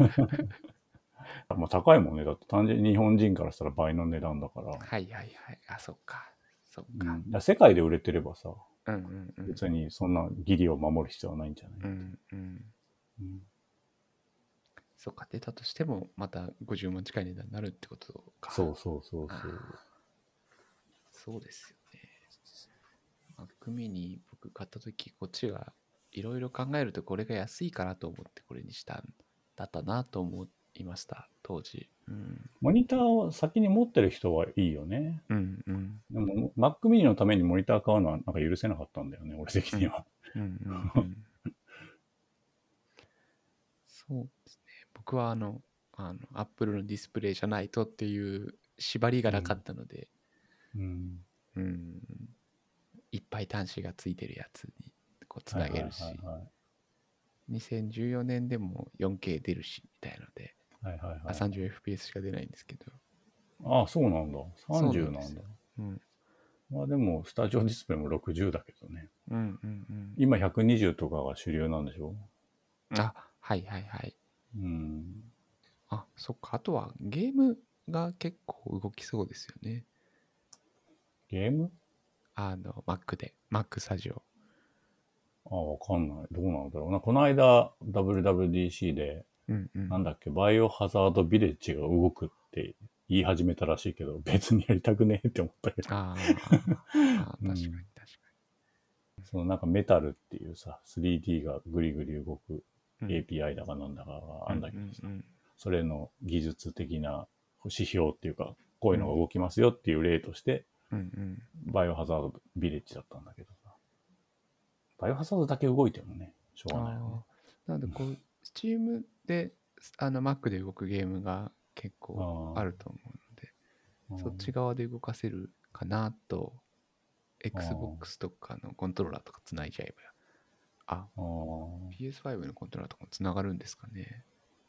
高いもんね。だって単純に日本人からしたら倍の値段だから。 はいはいはい。あ、そっか。そっか。 うん。だから世界で売れてればさ、 うんうんうん。 別にそんな義理を守る必要はないんじゃない？ うんうん。 うん、 そっか。出たとしても、また50万近い値段になるってことか。 そうそうそうそう。 ああ、そうですよね。Mac mini 僕買った時こっちがいろいろ考えるとこれが安いかなと思ってこれにしたんだったなと思いました当時。うん。 モニターを先に持ってる人はいいよね。 うんうんでも、Mac mini のためにモニター買うのはなんか許せなかったんだよね、俺的うんには。 うんうんうん。そうですね。僕はApple のディスプレイじゃないとっていう縛りがなかっうん。 たので、 うん。 うん、いっぱい端子がついてるやつにこうつなはいはいはげるし、 いはい。 2014年でも 4K 出るしみたいので、 はいはいはい。 30fps しか出ないんですけど、 ああ、そうなんだ。 そうな 30なんだ。 んですよ。うん。 でも、スタジオディスプレイも60だけどね。 うんうん今120とかが主流なんでしょ？ うん。あ、はいはいはい。 うん。 あ、そっか。あとはゲームが結構動きそうですよね。 ゲーム？ Mac で。Mac スタジオ。 わかんない。どうなんだろうな。この間、WWDC で、 うんうん。 なんだっけ、バイオハザードビレッジが動くって言い始めたらしいけど、別にやりたくねえって思ったけど。 ああ、確かにうん。 確かそのなんかメタルっていうさ、3D がグリグリ動くに。うん API だかなんだかがあうんんだけどさ、 うんそれの技術的な指標っていうか、こういうのがうん。 動きますよっていう例として、 うんうんバイオハザードビレッジだったんだけどさ、バイオハザードだけ動いてもね、しょううん。 がないよね。 なのでこう、Steam で、Mac で動くゲームが結構あるあと思うので、 あ、うん、 そっち側で動かせるかなと、 あー Xbox とかのコントローラーとかつないじゃえば。あ、 あー PS5 のコントローラーとかもつながるんですかね。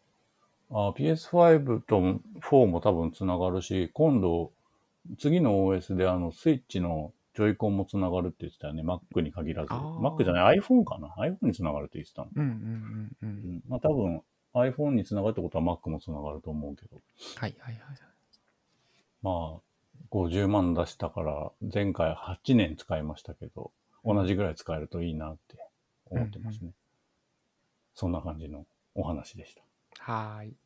PS5 と4も多分つながるし、今度、次の OS でスイッチのジョイコンもつながるって言ってたよね。Mac に限らず。Mac じゃああ、 ない iPhone かな？ iPhone につながるって言ってたのかな？ うんうんうんうん。 まあ多分 iPhone につながるってことは Mac もつながると思うけど。 はいはいはいはい。 まあ、50万出したから、前回8年使いましたけど、同じぐらい使えるといいなってうんうん。 思ってますね。そんな感じのお話でした。 はーい。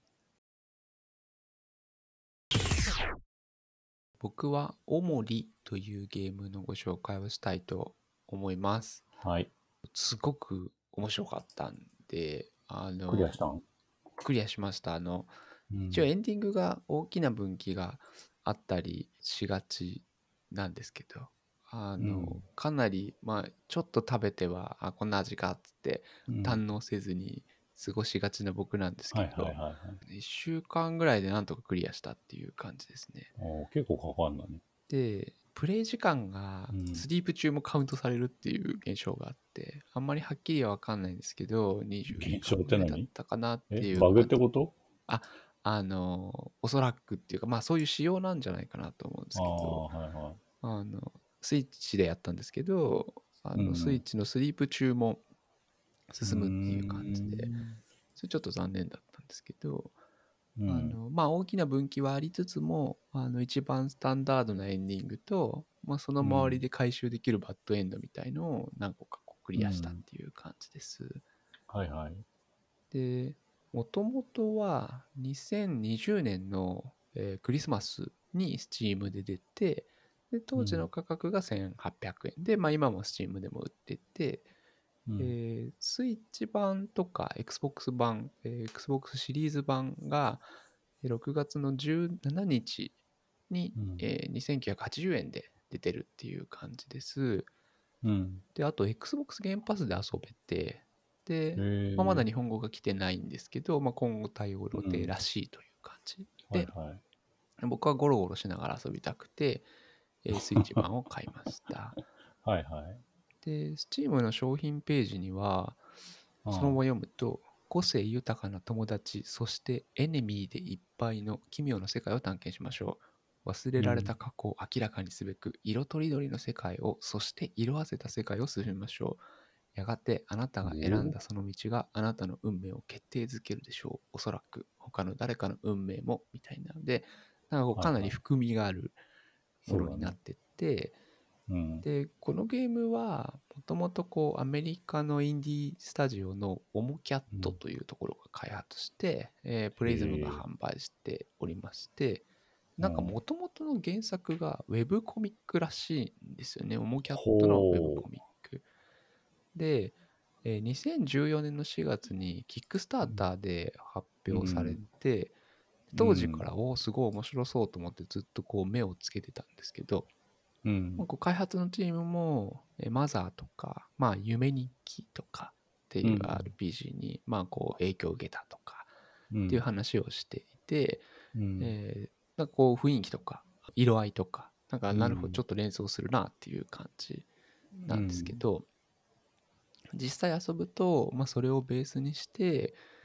僕はオモリというゲームのご紹介をしたいと思います。 はい。 すごく面白かったんで、 クリアしたん？ クリアしました。 うん。 一応エンディングが大きな分岐があったりしがちなんですけど、 うん。 かなり、まあ、ちょっと食べては、あ、こんな味かっつってうん。 堪能せずに過ごしがちな僕なんですはいけど、 はいはいはい。 1週間ぐらいでなんとかクリアしたっていう感じですね。 結構かかんだね。 で、プレイ時間がうん。 スリープ中もカウントされるっていう現象があって、あんまりはっきりはわかんないんですけど、24時現象間ぐらいだっって何？ たかなっていうバグっ感じ。 てこと？ あ、おそらくっていうか、まあそういう仕様なんじゃないかなと思うんですけど、 はいはい。 あの、スイッチでやったんですけど、スイッうんチのスリープ中もうん。 進むっていう感じで、それちょっと残念だったんですけど、 うん。 まあ大きな分岐はありつつも、一番スタンダードなエンディングと、まあそのうん。 周りで回収できるバッドエンドみたいのを何個かこうクリアしたっうん。 ていう感じです。 はいはい。 で、もともとは2020年の、クリスマスに Steam で出て、で当時のうん。 価格が1800円で、まあ今も Steam でも売ってて、 うん。 スイッチ版とか Xbox 版、Xbox シリーズ版が6月の17日に、 うん。 2980円で出てるっていう感じです。 うん。 で、あと Xbox ゲームパスで遊べて、で、まあ、まだえ日本語が来てないんですけど、まあ、今後対応予うん。 定らしいという感じで、 はいはい。 僕はゴロゴロしながら遊びたくて、スイッチ版を買いました。 はいはい。 で、Steam の商品ページには、そのままあ読むと、個性豊かな友達、そしてエネミーでいっぱいの奇妙な世界を探検しましょう。忘れられうん。 た過去を明らかにすべく、色とりどりの世界を、そして色あせた世界を進みましょう。やがてあなたが選んおだその道があなたの運命を決定づけるでしょう。おそらく他の誰かの運命もみたいなので、なんかこうかなりはいはい。 含みがあるもそうだね。 のになってって、 うん。 で、このゲームはもともとこうアメリカのインディースタジオのオモキャッうん。 トというところが開発して、プへレイズムがえ。 販売しておりまして、なんかうん。 もともとの原作がウェブコミックらしいんですよね。オモキャットのウェブほコミック。で、2014年の4月にキックスターターで発う。う表されん。 て、 うん。 当時からすごい面白そうと思ってずっとこう目をつけてたんですけど、 うん。 こう開発のチームも、マザーとか、まあ、夢日記とかっていううん。 RPG に、まあ、こう影響を受けたとかっていううん。 話をしていて、 うん。 なんかこう雰囲気とか色合いとか、なんかなるほどちょうん。 っと連想するなっていう感じなんですけうん。 ど、実際遊ぶと、まあ、それをベースにして、 うん。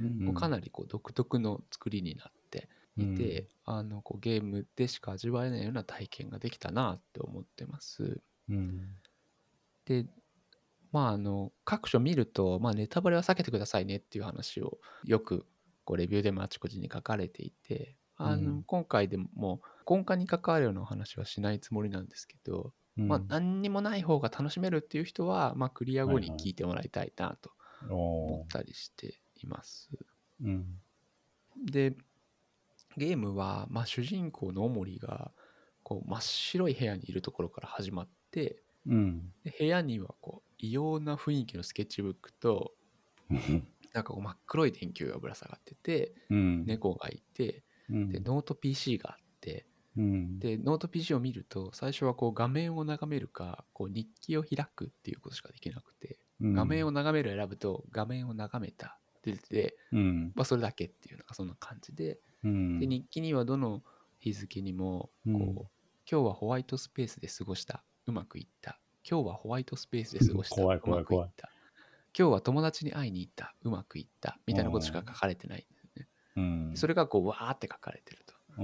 こうかなりこう独特の作りになってうん。 いて、こうゲームでしか味わえないような体験ができたなって思ってます。 うん。 で、まあ、各所見ると、まあ、ネタバレは避けてくださいねっていう話をよくこうレビューでもあちこちに書かれていて、 うん。 今回でも根幹に関わるようなお話はしないつもりなんですけど、まあ、 うん。 何にもない方が楽しめるっていう人は、まあ、クリア後にはいはい。 聞いてもらいたいなと思っおー。 たりしています。 うん。 で、ゲームは、まあ、主人公のオモリがこう真っ白い部屋にいるところから始まって、 うん。 で部屋にはこう異様な雰囲気のスケッチブックと、なんかこう真っ黒い電球がぶら下がってて、 うん。 猫がいて、で、 うん。 ノート PC があって、 うん。 で、ノート PC を見ると、最初はこう画面を眺めるか、こう日記を開くっていうことしかできなくて、画面を眺めるを選ぶと、画面を眺めたって出てて、 うん。 まあ、それだけっていう、なんかそんな感じで、で、 うん。 日記にはどの日付にも、 うん。 こう、 今日はホワイトスペースで過ごした。うまくいった。今日はホワイトスペースで過ごした。 怖いう怖まい怖い。 くいった。今日は友達に会いに行った。うまくいった。みたいなことしか書かれてないんですね。 うん。 それがこう、わーって書かれてると。 うん。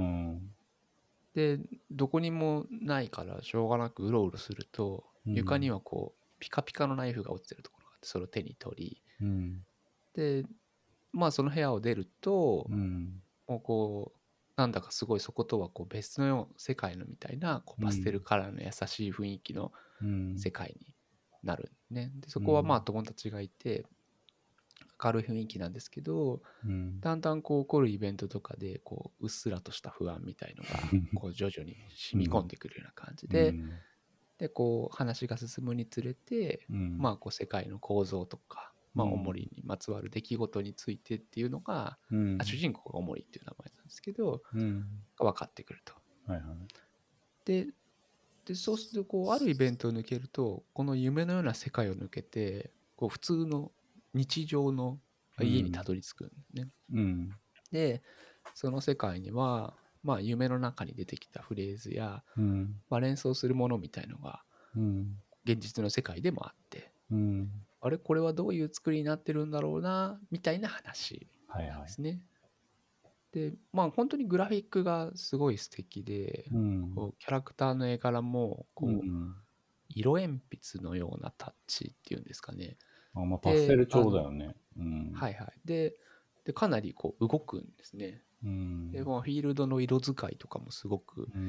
で、どこにもないからしょうがなくうろうろすると、床にはこう、ピカピカのナイフが落ちてるところがあって、それを手に取り、 うん。 で、まあその部屋を出ると、 うん。 もうこう、なんだかすごいそことはこう別の世界のみたいなこうパステルカラーの優しい雰囲気のうん。 世界になるね。で、そこはまあ友達がいて、明るい雰囲気なんですけど、 うん。 だんだんこう起こるイベントとかでこううっすらとした不安みたいのがこう徐々に染み込んでくるような感じで、でこう話が進むにつれて、 うん。 まあこう世界の構造とか、まあおもりにまつわる出来事についてっていうのが、 うん。 主人公がおもりっていう名前なんですけど、 うん。 が分かってくると。 はいはい。 で、そうするとこうあるイベントを抜けると、この夢のような世界を抜けて、こう普通の日常の家にたどり着くんですね。 うん。 で、その世界には、まあ夢の中に出てきたフレーズや、 うん。 まあ、連想するものみたいのがうん。 現実の世界でもあって、 うん。 あれこれはどういう作りになってるんだろうな、みたいな話はいはい。 なんですね。で、まあ本当にグラフィックがすごい素敵で、 うん。 こうキャラクターの絵柄もこううん。 色鉛筆のようなタッチっていうんですかね。 あ、まあ、パステで、 ル調だよね。うん。 はいはい。で、かなりこう動くんですね。 うで、 ん。 まあ、フィールドの色使いとかもすごくうん。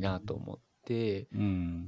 いいなと思って、 うん。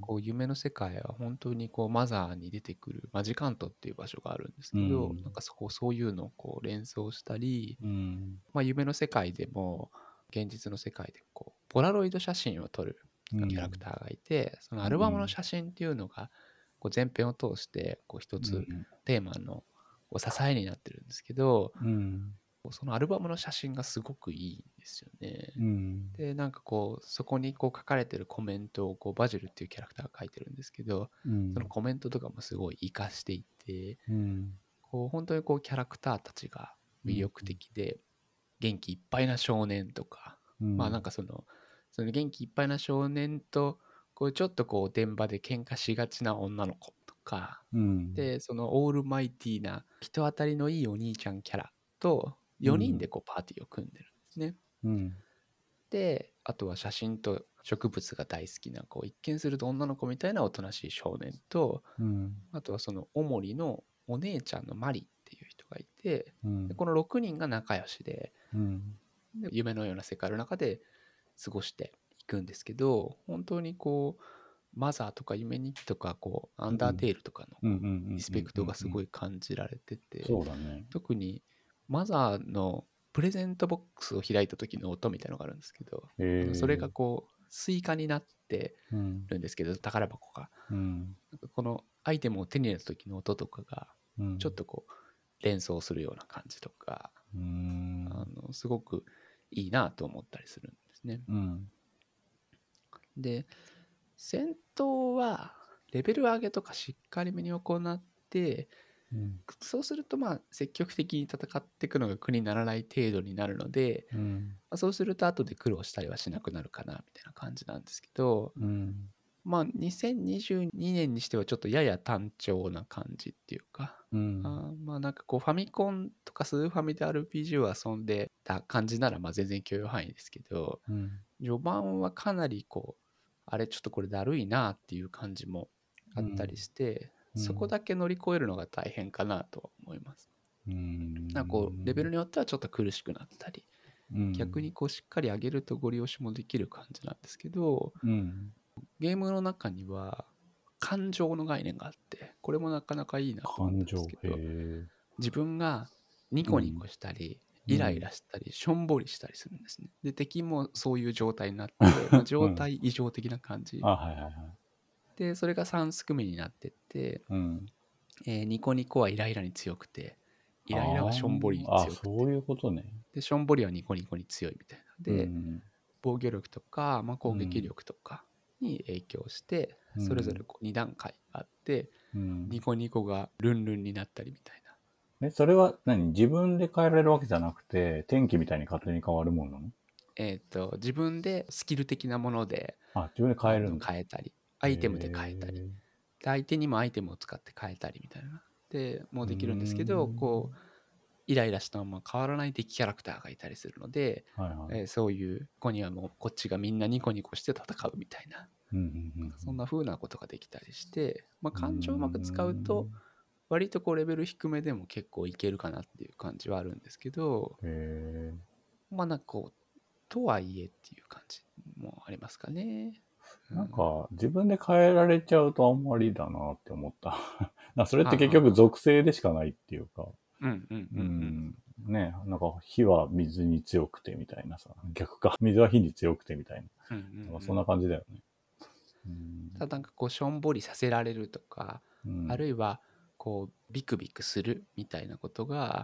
こう夢の世界は本当にこうマザーに出てくるマジカントっていう場所があるんですうけど、 ん。 なんかそういうのをこう連想したり、 うん。 まあ、夢の世界でも現実の世界でこうポラロイド写真を撮るキャラクターがいて、そのアルバムの写真っていうのがこう前編を通してこう一つテーマのこう支えになってるんですけど、 うん。 そのアルバムの写真がすごくいいんですよね。 うん。 で、なんかこう、そこにこう書かれてるコメントをこうバジルっていうキャラクターが書いてるんですけど、 うん。 そのコメントとかもすごい活かしていて、 うん。 こう本当にこうキャラクターたちが魅力的で、元気いっぱいな少年とか、まあなんかその元気いっぱいな少年と、こうちょっとこう現場で喧嘩しがちな女の子とか、 うん。 で、そのオールマイティーな人当たりのいいお兄ちゃんキャラと4人でこうパーティーを組んでるんですね。 うん。 で、あとは写真と植物が大好きな、こう一見すると女の子みたいなおとなしい少年と、 うん。 あとはそのおもりのお姉ちゃんのマリっていう人がいて、 うん。 でこの6人が仲良しで、 うん。 で夢のような世界の中で過ごしていくんですけど、本当にこう、マザーとか夢日記とか、こう、アンダーテールとかのうん。うこうリん。 スペクトがすごい感じられてて、 そうだね。 特にマザーのプレゼントボックスを開いた時の音みたいなのがあるんですけど、 へそれえ。 がこう、スイカになってうん。 るんですけど、宝箱が。 うん。 なんかこのアイテムを手に入れた時の音とかが、 うん。 ちょっとこう、連想するような感じとか、 うん。 すごくいいなと思ったりするんですね。 うん。 で、戦闘はレベル上げとかしっかりめに行って、 うん。 そうするとまあ積極的に戦っていくのが苦にならない程度になるので、 うん。 まあ、そうすると後で苦労したりはしなくなるかなみたいな感じなんですけど、 うん。 まあ2022年にしてはちょっとやや単調な感じっていうか、 うん。 まあなんかこうファミコンとかスーファミで RPG を遊んでた感じならまあ全然許容範囲ですけど、 うん。 序盤はかなりこう、あれちょっとこれだるいなっていう感じもあったりして、そこだけ乗り越えるのが大変かなとは思います。 うなんかこう、レベルん。 によってはちょっと苦しくなったり、 うん。 逆にこうしっかり上げるとご利用しもできる感じなんですけど、 うん。 ゲームの中には感情の概念があって、これもなかなかいいなと思ったんです感情。へけど、 え。 自分がニコニうん。 コしたり、イライうん。 ラしたり、しょんぼりしたりするんですね。で、敵もそういう状態になって、まあ、 うん。 状態異常的な感じ。 あ、はいはいはい。 で、それが3すく目になってって、 うん。 ニコニコはイライラに強くて、イライラはしょんぼりにああ、 強くて、 そういうことね。 で、しょんぼりはニコニコに強いみたいな。 うで、 ん。 防御力とか、まあ、攻撃うん。 力とかに影響して、それぞれうん。 こう2段階あって、 うん。 ニコニコがルンルンになったりみたいな。 それは自分で変えられるわけじゃなくて、天気みたいに勝手に変わるもんなの？ 自分でスキル的なものであ、自分で変えるんだ。 変えたり、アイテムで変えたり、 へで相手にもアイテムを使って変えたりみたいな。で、もうー。 できるんですけど、こう、イライラしたまま変わらない敵キャラクターがいたりするので、 はいはい。 そういう子にはもうこっちがみんなニコニコして戦うみたいな、 うんうんそんな風なことができたりして、 うん。 感情をうまく使うと、割とこうレベル低めでも結構いけるかなっていう感じはあるんですけど、 へえ。 なんかこう、とはいえっていう感じもありますかね。うん。 なんか、自分で変えられちゃうとあんまりだなって思った。それって結局はあはあはあ。 属性でしかないっていうか、 うんうんううんうん。 ん、ね、なんか火は水に強くてみたいなさ、逆か、水は火に強くてみたいな、 うんうんうん。 なんかそんな感じだよね。うん、 ただなんかこうしょんぼりさせられるとか、 うん、 あるいはこうビクビクするみたいなことが、 うん、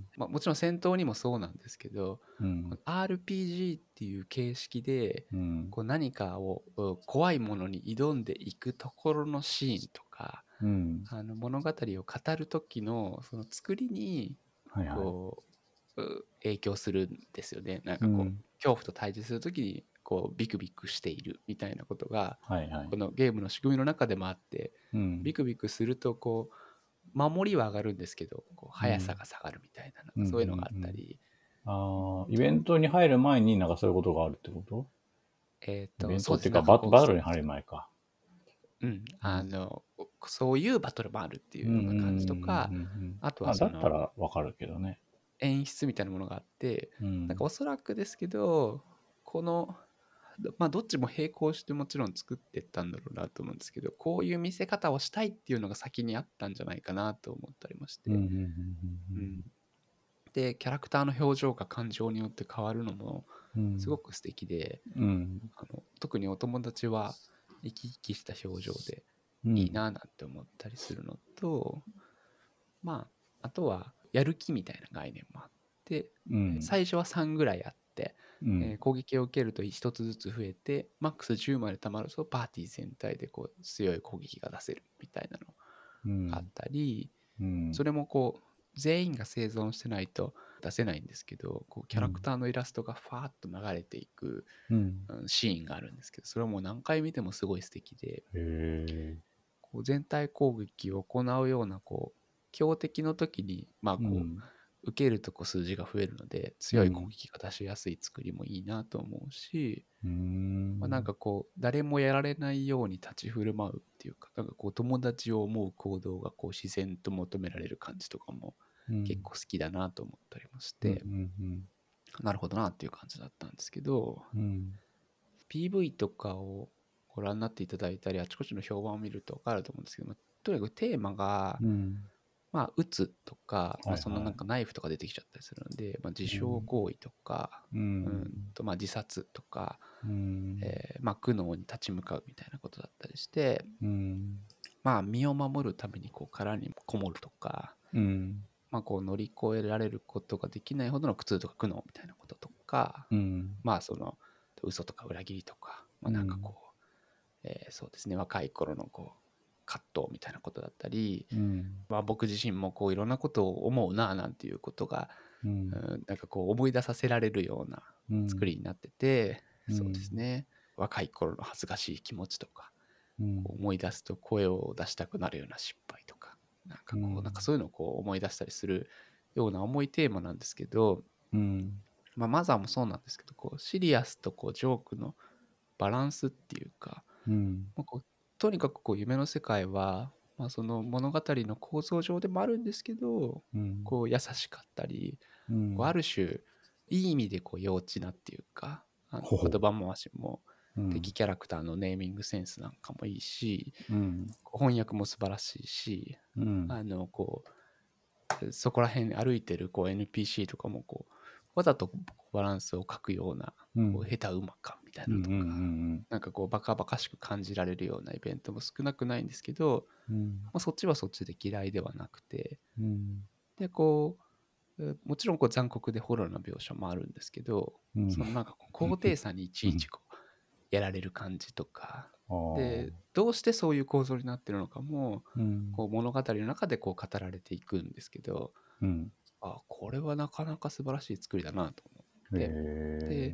もちろん戦闘にもそうなんですけど、 うん、 この RPG っていう形式でうん、 こう何かを怖いものに挑んでいくところのシーンとか、 うん、 物語を語る時のその作りにはいはい。 こ影響するんですよね。なんかこううん、 恐怖と対峙する時にこうビクビクしているみたいなことがはいはい。 このゲームの仕組みの中でもあって、 うん、 ビクビクするとこう守りは上がるんですけど、こううん、 速さが下がるみたいな、なんうん、うん、 かそういうのがあっうん。 たり、 ああ、イベントに入る前になんかそういうことがあるってこと？イベンそうですね、 トっていうかなんかこバトルに入る前か。 う、うん、 うん、 そういうバトルもあるってうん、うん、うん、 いうような感じとか、 うん。うん。 あとはあ、だったらわかるけどね。 演出みたいなものがあって、 うん、 なんかおそらくですけど、この、どっちも並行してもちろん作っていったんだろうなと思うんですけど、こういう見せ方をしたいっていうのが先にあったんじゃないかなと思ったりましうん、うん、 て、 うん、 うん。で、キャラクターの表情が感情によって変わるのもうん、 すごく素敵で、 うん、 特にお友達は生き生きした表情でうん、 いいななんて思ったりするのと、あとはやる気みたいな概念もあって、 うん、 最初は3ぐらいあって、 うん、 攻撃を受けると1つずつ増えて、マックス10まで貯まるとパーティー全体でこう強い攻撃が出せるみたいなのうん、 があったり、 うん、 それもこう全員が生存してないと出せないんですけど、こうキャラクターのイラストがファーッと流れていくうん。 シーンがあるんですけど、それはもう何回見てもすごい素敵で、 へえ、 こう全体攻撃を行うようなこう強敵の時にこうん、 う受けるとこう数字が増えるので強い攻うん、 撃が出しやすい作りもいいなと思うし、 うなんん、 かこう誰もやられないように立ち振る舞うっていうか、なんかこう友達を思う行動がこう自然と求められる感じとかもうん、 結構好きだなと思ったりもしうん、うて、 ん、 なるほどなっていう感じだったんですけど、 うん、 PV とかをご覧になっていただいたりあちこちの評判を見ると分かると思うんですけど、とにかくテーマがうん、 撃つとか、そのなんはいはかナイフとか出てきちゃったりするので、自い。う傷ん、 行為とか、 うん、 自殺とか、 うん、 苦悩に立ち向かうみたいなことだったりして、 うん、 身を守るためにこう殻にこもるとか、 うん、 こう乗り越えられることができないほどの苦痛とか苦悩みたいなこととか、 うん、 その嘘とか裏切りとか、 うん、 なんかこう、そうですね、若い頃のこう葛藤みたいなことだったり、 うん、 僕自身もこういろんなことを思うななんていうことが、 うん、 なんかこう思い出させられるようなうん、 作りになってて、そうでうん、 すね、若い頃の恥ずかしい気持ちとか、 うん、 こう思い出すと声を出したくなるような失敗とか、 うん、 なんかそういうのをこう思い出したりするような重いテーマなんですけど、 うん、 マザーもそうなんですけど、こうシリアスとこうジョークのバランスっていうか、 うん、 こうとにかくこう夢の世界は、その物語の構造上でもあるんですけど、 うん、 こう優しかったり、こうあうん、 る種いい意味でこう幼稚なっていうか、 ほ言葉回しもう、うん、 敵キャラクターのネーミングセンスなんかもいいし、 うん、 こう翻訳も素晴らしいし、 うん、 こそこら辺歩いてるこう NPC とかもこうわざとバランスを欠くようなうん、 こう下手馬かみたいうん、うなとか、 ん、 なんかこうバカバカしく感じられるようなイベントも少なくないんですけど、 うん、 そっちはそっちで嫌いではなくて、 うん、 でこもちろんこう残酷でホラーな描写もあるんですけど、 うん、 そのなんかこう高低差にいちうん、 いちこうやられる感じとかああ、 で、どうしてそういう構造になってるのかもうん、 こう物語の中でこう語られていくんですけど、 うん、 これはなかなか素晴らしい作りだなと思っへて、で、 え、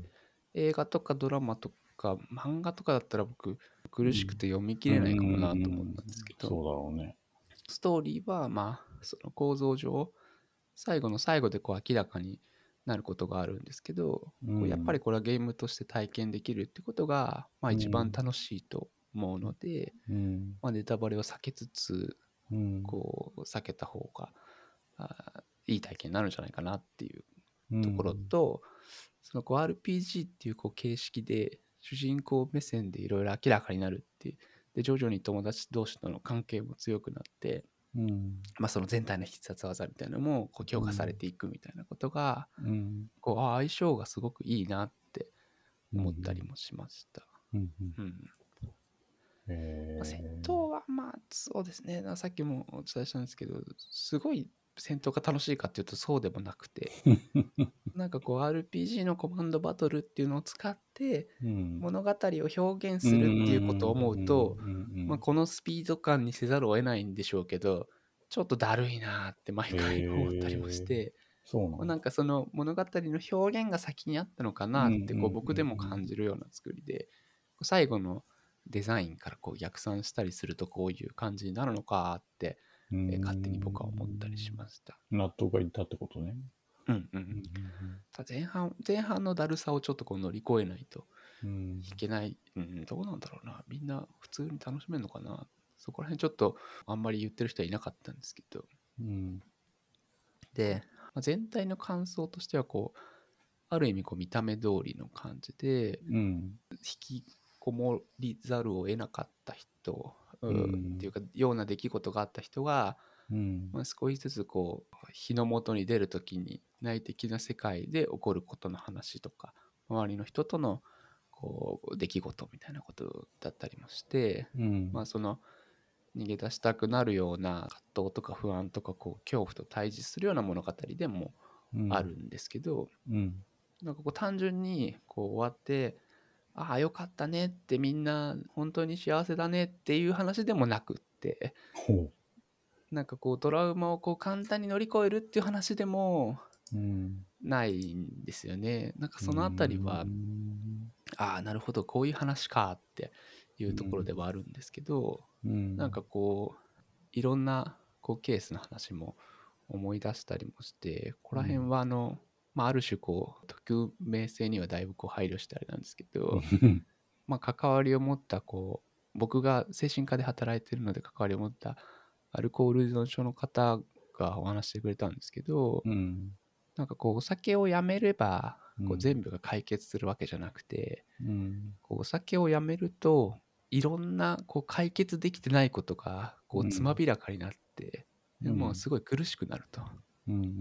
映画とかドラマとか漫画とかだったら僕苦しくて読み切うん。 れないかもなと思ったんですけど、 そうだろうね。 ストーリーはまあその構造上最後の最後でこう明らかになることがあるんですけど、こうやっぱりこれはゲームとして体験できるってことが、まあ、一番楽しいと思うので、 うん。 まあ、ネタバレを避けつつうん。 こう避けた方がいい体験になるんじゃないかなっていううん。 ところと、そのこう RPG っていうこう形式で主人公目線でいろいろ明らかになるっていう、で徐々に友達同士との関係も強くなって、 うん。 まあ、その全体の必殺技みたいなのもこう強化されていくみたいなことが、 うん。 こう相性がすごくいいなってうん。 思ったりもしました。 うん。 うん。 へまあ、戦え。 闘はまあそうですね、さっきもお伝えしたんですけど、すごい戦闘が楽しいかっていうとそうでもなくて、なんかこう RPG のコマンドバトルっていうのを使ってうん。 物語を表現うん。 するっていうことを思うと、まあ、 うん。 このスピード感にせざるを得ないんでしょうけど、ちょっとだるいなって毎へ回思ったりもしえ。 て、 そうなんだ。 なんかその物語の表現が先にあったのかうん。うなってこう僕でも感じるような作りで、最後のデザインからこう逆算したりするとこういう感じになるのかって、 ん。 勝手に僕は思ったりしました。 納得がいったってことね。 うんうん。ただ前半のだるさをちょっとこう乗り越えないとうん。 いけない、どうなんだろうな、みんな普通に楽しめるのかな、そこら辺ちょっとあんまり言ってる人はいなかったんですけど、 うん。 で、まあ全体の感想としてはこうある意味こう見た目通りの感じでうん。 引きこもりざるを得なかった人、 うっていん。 うかような出来事があった人が、 うん。 まあ、少しずつこう日の元に出るときに内的な世界で起こることの話とか周りの人とのこう出来事みたいなことだったりもして、 うん。 まあその逃げ出したくなるような葛藤とか不安とかこう恐怖と対峙するような物語でもうん。 あるんですけど、 うん。 なんかこう単純にこう終わってああよかったねってみんな本当に幸せだねっていう話でもなくって、 ほなんかこうトラウマをこう簡単に乗り越えるっていう話でもう。うん。 ないんですよね。なんかうそのあたりはん。 ああなるほどこういう話かっていううところでん。 はあるんですけど、 うん。 なんかこういろんなこうケースの話も思い出したりもして、ここら辺はまあ、ある種こう匿名性にはだいぶこう配慮してあれなんですけど、まあ、関わりを持ったこう僕が精神科で働いてるので関わりを持ったアルコール依存症の方がお話してくれたんですけど、 うん。 なんかこうお酒をやめればこううん。 全部が解決するわけじゃなくて、 うん。 こうお酒をやめるといろんなこう解決できてないことがこうつまびらかになって、でもすごい苦しくなると。 うん。うん。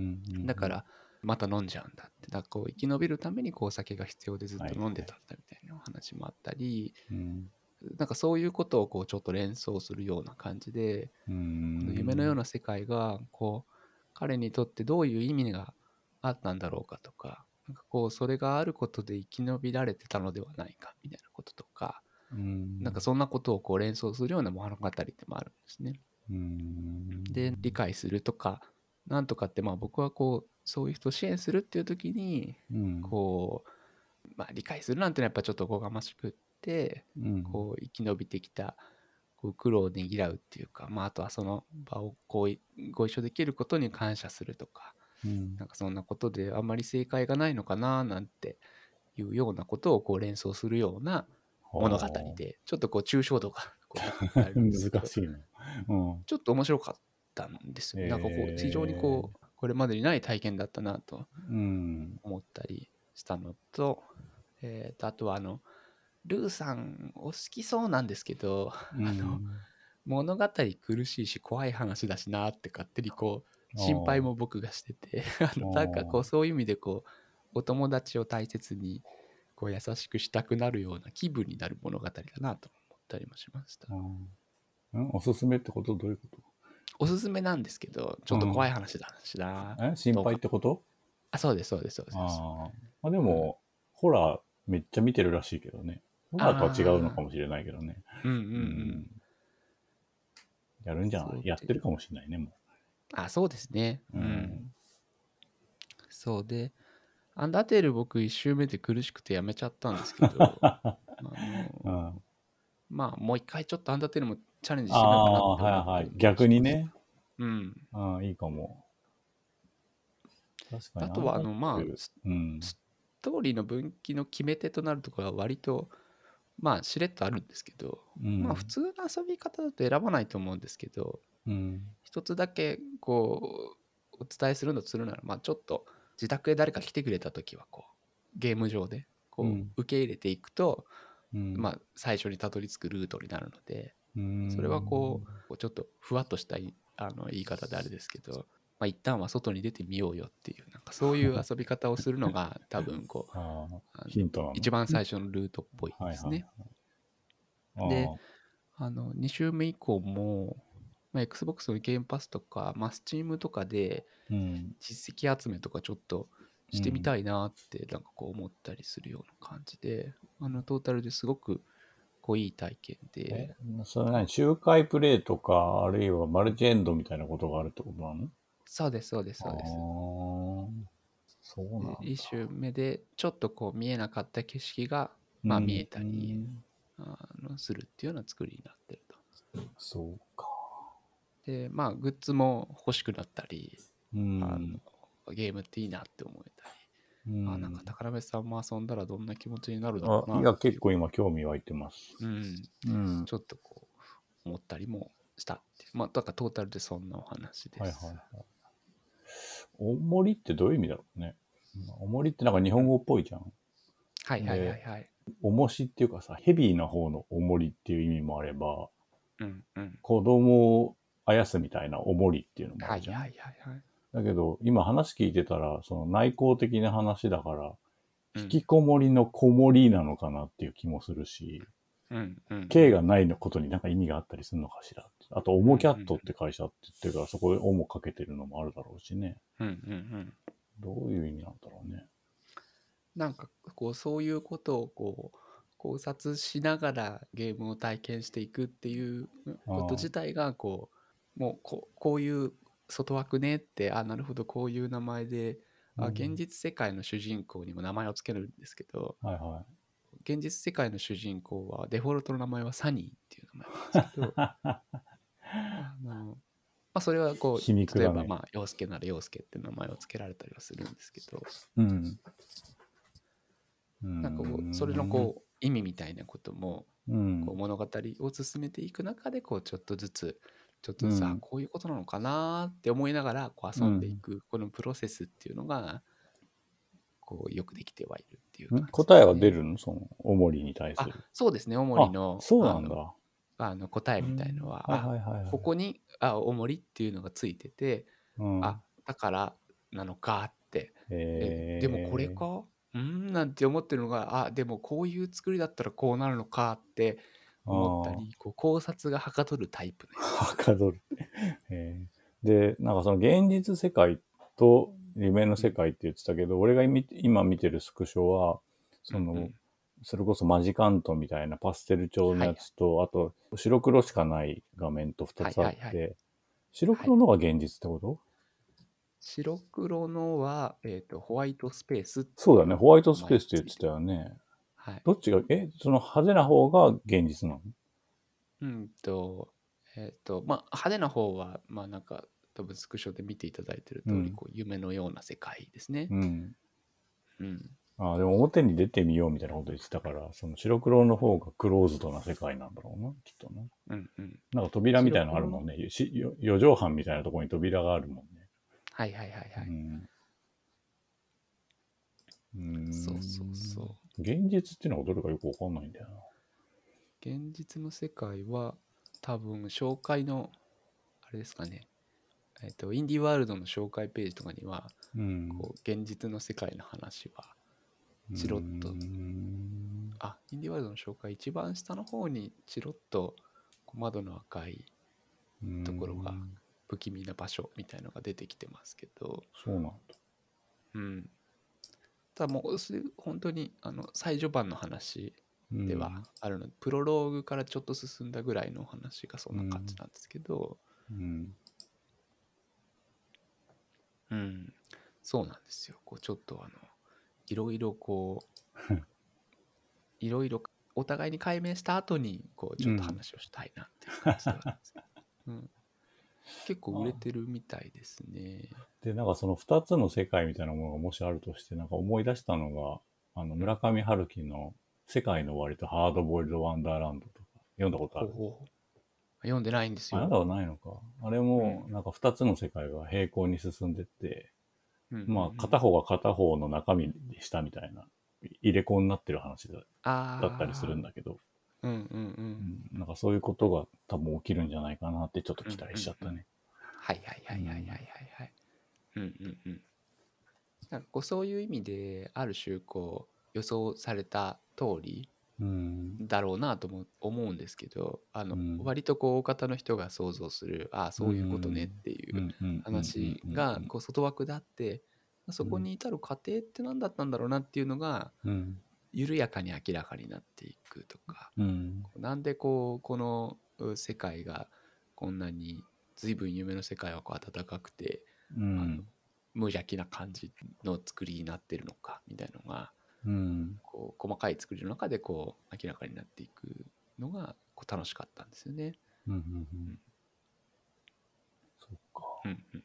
だからまた飲んじゃうんだって。だからこう生き延びるためにこうお酒が必要でずっはい。 と飲んはい。 でたんだみたいなお話もあったり、 うん。 なんかそういうことをこうちょっと連想するような感じで、 うこの夢のようん。 な世界がこう彼にとってどういう意味があったんだろうかとか、なんかこうそれがあることで生き延びられてたのではないかみたいなこととか、 うん。 なんかそんなことをこう連想するような物語でもあるんですね。 うん。 で、理解するとか、なんとかって、まあ僕はこう、そういう人を支援するっていう時に、 うん。 こう、まあ理解するなんてのはやっぱちょっとおこがましくって、 うん。 こう生き延びてきたこう苦労をねぎらうっていうか、まああとはその場をこうご一緒できることに感謝するとか、 うん。 なんかそんなことであんまり正解がないのかななんていうようなことをこう連想するような物語はで、ちょっとこう抽象度がこう高くてああ。 れなんですけど、 難しいな。うん。 ちょっと面白かったんですよ。なんかこう、非常にこう、 えこれまでにない体験だったなとうん。 思ったりしたのと、あとはルーさんお好きそうなんですけど、 うん。 物語苦しいし怖い話だしなって勝手にこう、 あ心配あ。 も僕がしてて、 あなんかこう、 あ。 そういう意味でこう、お友達を大切に、こう優しくしたくなるような気分になる物語だなと思ったりもしました。 おすすめってことどういうこおすすめなんですけど、ちょっと怖いと？ 話だしな。 心配っどうか。 てこと？ あ、そうです、そうです、そうです。 ああ。まあでうん。 も、ホラーめっちゃ見てるらしいけどね。ホラーとは違うのああ、 かもしれないけどね。 うんうんううん。 ん。やるんじゃないそうで、 やってるかもしれないね、もあ、そうですね。 う。ううん。 ん。そうで、 アンダーテール僕1周目で苦しくてやめちゃったんですけど、 うん。 まあもう一回ちょっとアンダーテールもチャレンジあしてみようかなっあ、 て思ってはいはい。 る一つ。 逆にね。 うん。 うん、いいかも。確かに、 あとはアンダーテール。うん。 ストーリーの分岐の決め手となるところは割とまあしれっとあるんですけど、まあ普うん。 通の遊び方だと選ばないと思うんですけど、 うん。 一つだけこうお伝えするのとするなら、まあちょっと自宅へ誰か来てくれた時はこうゲーム上でこうん。 う受け入れていくと、 うん。 まあ最初にたどり着くルートになるので、 うそれはん。 こうちょっとふわっとした言い方であれですけど、まあ、一旦は外に出てみようよっていうなんかそういう遊び方をするのが多分こうああ、ヒントなの。 一番最初のルートっぽいはいはい。 ですね。で、 ああ、 2週目以降も、まあ、Xbox のゲームパスとか、まあ、Steam とかでうん。 実績集めとかちょっとしてみうん。 たいなってなんかこう思ったりするような感じで、トータルですごくこういい体験え、 で、 それ何周回プレイとか、あるいはマルチエンドみたいなことがあるってことなの？ そうです、そうです、 あそうです。 あ、そうなんで、一だ。 周目でちょっとこう見えなかった景色が、まあ見うん。 えたりするっていうような作りになってると。 そうか。 で、まあグッズも欲しくなったり、 うあん。 ゲームっていいなって思えたり、 うなんかん。 宝部さんも遊んだらどんな気持ちになるだろあ、 うなっいや、 ていう、 結構今興味湧いてます。 うん、 うん。 ちょっとこう思ったりもしたっていう。まあだからトータルでそんなお話ではいはいす。 はい。おもりってどういう意味だろうね。おもりってなんか日うん、 本語っぽいじゃん。 はいはいはで、 いはい。 重しっていうかさ、ヘビーな方のおもりっていう意味もあれば、 うんうん。 子供をあやすみたいなおもりっていうのもあるじゃん。 はいはいはいはい。 だけど、今話聞いてたら、その内向的な話だから、引きうんこもりのこもりなのかなっていう気もするし、 うんうんう K んがないのことになんか意味があったりするのかしら。あと、オうんうモキャットっんて会社って言ってるから、そこでオモかけてるのもあるだろうしね。 うんうんうん。 どういう意味なんだろうね。 なんかこうそういうことをこう考察しながらゲームを体験していくっていうことあ自体がもうこういう外枠ねってなるほどこういう名前であ、うん。 現実世界の主人公にも名前をつけるんですけど、 はいは現実世界の主人公はデフォルトの名前はサニーっていう名前なんですけど、まあ、それはい。 こ皮う例え肉だね。 ばまあ陽介なら陽介っていう名前をつけられたりはするんですけど、 うん。 なんかこうそれの意味みたいなこともうん。 こう物語を進めていく中でちょっとずつうん。 こういうことなのかなって思いながらこう遊んでいうん。 くこのプロセスっていうのがこうよくできてはいるっていうん、 感じで答えすね。 は出るの？その、おもりに対する。 そうですね。おもりあ、 のそうなんだ。 答えみたいのうん。 ははいはいはいはい。 ここにおもりっていうのがついてて、 うん。 だからなのかって、でもこれえかなんて思ってるのが、でもこういう作りだったらこうなるのかって思ったあり、こう考察がはかどるタイプのやつであ、はす。 かどる。で、なんかその現実世界と夢のうん、 世界って言ってたけど、俺が今見てるスクショは、 うん、うその、 ん。 それこそマジカントみたいなパステル調のはい、 やつと、あと白黒しかない画面と2 はい、 つあはい、はい。 って、白はい。 黒のが現実ってこと？ 白黒のは、ホワイトスペースってそうだね。 いうホワイトス名ペースって言って前がついてる。 たよね。 はい。 どっちが、その派手な方が現実なの？ うんと、まあ、派手な方は、まあなんか、多分スクショで見ていただいている通り、 うん。 こう、夢のような世界ですね。 うん。 うん。 ああ、でも表に出てみようみたいなこと言ってたから、その白黒の方がクローズドな世界なんだろうな、きっとね。 うん、うん。 なんか扉みたいなのある白黒の、 もんね。四畳半みたいなところに扉があるもんね。 はいはいはいはい。 うん。うーそうそうん。 そう。 現実っていうのはどれかよくわかんないんだよな。 現実の世界は、多分、紹介の、あれですかね。インディーワールドの紹介ページとかには、 うん。 こう、現実の世界の話は、 うーチロッと、 ん。 インディーワールドの紹介、一番下の方に、チロッと、こう窓の赤いうーところが、 ん。 不気味な場所みたいのが出てきてますけど、 そうなんだ。 うん。ただもう、本当に、最序盤の話ではうん。 あるので、プロローグからちょっと進んだぐらいのお話がそんな感じうん。 なんですけど、 うん。 うん。そうなんですよ。こう、ちょっといろいろこういろいろお互いに解明した後にこうちょっと話をしたいなっていう感じではあるんですけど、うん、結構売れてるみたいですね。 で、なんかその二つの世界みたいなものがもしあるとして、なんか思い出したのが、村上春樹の世界の終わりとハードボイルドワンダーランドとか、読んだことある？ ほうほう。読んでないんですあ、読んだよ。 ことないのか。あれうん。 も、なんか二つの世界が並行に進んでって、 うんうんうまあ、 ん。 片方が片方の中身でしたみたいな、入れ子になってる話だったりするああ、 んだけど、 うんうんうん。 なんかそういうことが多分起きるんじゃないかなってちょっとうん期待うんうん。 しちゃったね。 はいはいはいはいはいはいはい。うんうんうん。なんかこうそういう意味である種こう予想された通りうん。 だろうなとも思うんですけど、 うん。 割とこう大方の人が想像する、ああうそういうことねっん。 ていううんうんうんうん話うんうんがこう外枠であって、そこに至る過程って何だったんだろうなっていうのがうん緩やかに明らかになっていくとか、 うんなんでこうこの世界がこんなに随分夢の世界はこう温かくてあのうん無邪気な感じの作りになってるのかみたいなのがうんこう細かい作りの中でこう明らかになっていくのがこう楽しかったんですよね。 うんうんうん。 うんそっか。 うんうん。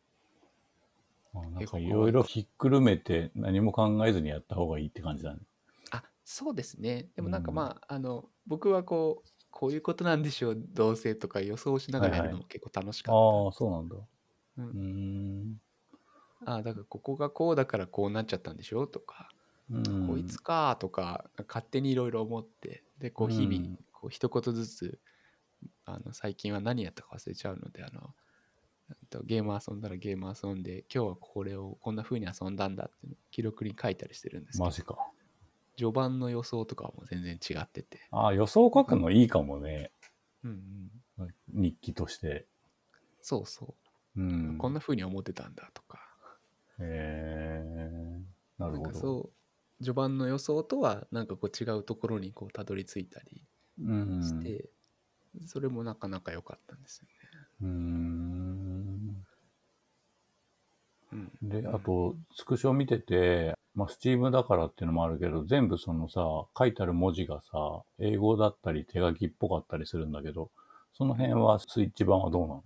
なん絵がかいろいろ可愛かった。 ひっくるめて何も考えずにやった方がいいって感じだね。 あ、そうですね。でもなんかうん。 まあ僕はこういうことなんでしょうどうせとか予想しながらやるのはいはい。 も結構楽しかったんああ、 です。 そうなんだ。 うん。 うーん。 ああ、だからここがこうだからこうなっちゃったんでしょとか、 うこいつん。 かとか勝手にいろいろ思って、でこうう日々 ん。 こう一言ずつ最近は何やったか忘れちゃうのでゲーム遊んだらゲーム遊んで今日はこれをこんな風に遊んだんだっていうのを記録に書いたりしてるんですけど、 マジか。 序盤の予想とかはもう全然違ってて、 ああ、予想書くあのいいかもね。 うんうん、 日記として。 そうそううこんん。 な風に思ってたんだとか、 なるなんほど。 かそう序盤の予想とはなんかこう違うところにこうたどり着いたりうん。 してそれもなかなか良かったんですよね。 うーん。 うんで、 うんあと、スクショ見てて、まあ、スチームだからっていうのもあるけど、全部そのさ、書いてある文字がさ、英語だったり手書きっぽかったりするんだけど、そのうん。 辺はスイッチ版はどうなの？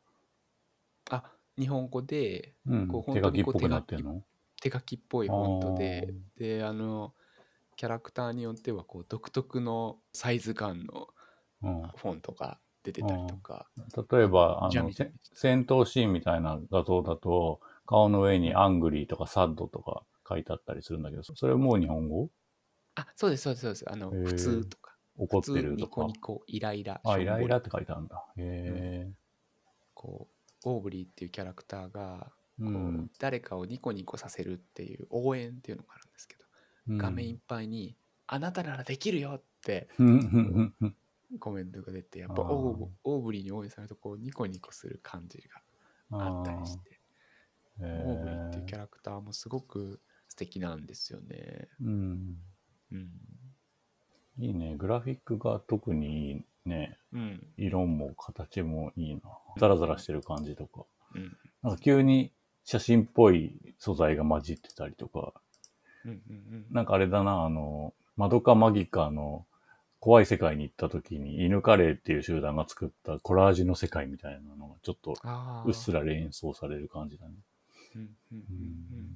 日本語でこううん、手本当にこう書きっぽくなってんの？ 手書きっぽいあフォントー、 でキャラクターによってはこう独特のサイズ感のうん、 フォントが出てたりとうん。 か、 例えば、 ジャミジャミした。 戦闘シーンみたいな画像だと、顔の上うん。 にアングリーとかサッドとか書いてあったりするんだけど、それもう日本語？ そうです、そうです、そうです。普へえ、 通とか、普怒って通、 るとか。 ニコニコ、イライラ、しあ、 ょんぼり。 イライラって書いてあるんだ。 うん。 へえ、 こオーブリーっていうキャラクターが、 うん、 誰かをニコニコさせるっていう応援っていうのがあるんですけど、 うん。 画面いっぱいに、あなたならできるよって、 ふんふんふこんふん。 う、コメントが出て、やっあぱオーブリーに応援されると、こう、ニコニコする感じがあ、 あったりしあて、 あ、へオーブリーっていうキャえ、 ラクターもすごく素敵なんですよね。 うん。 うん。 いいね。グラフィックが特にいいね。 うん。 色も形もいいな。ザラうん。 ザラしてる感じとか。 うん。 なんか急に写真っぽい素材が混じってたりとか。 うん。うん。 なんかあれだな、マドカマギカの怖い世界に行った時に犬カレーっていう集団が作ったコラージュの世界みたいなのがちょっとうっああ。 すら連想される感じだね。 うん。うん。 ううん。うん。 ん。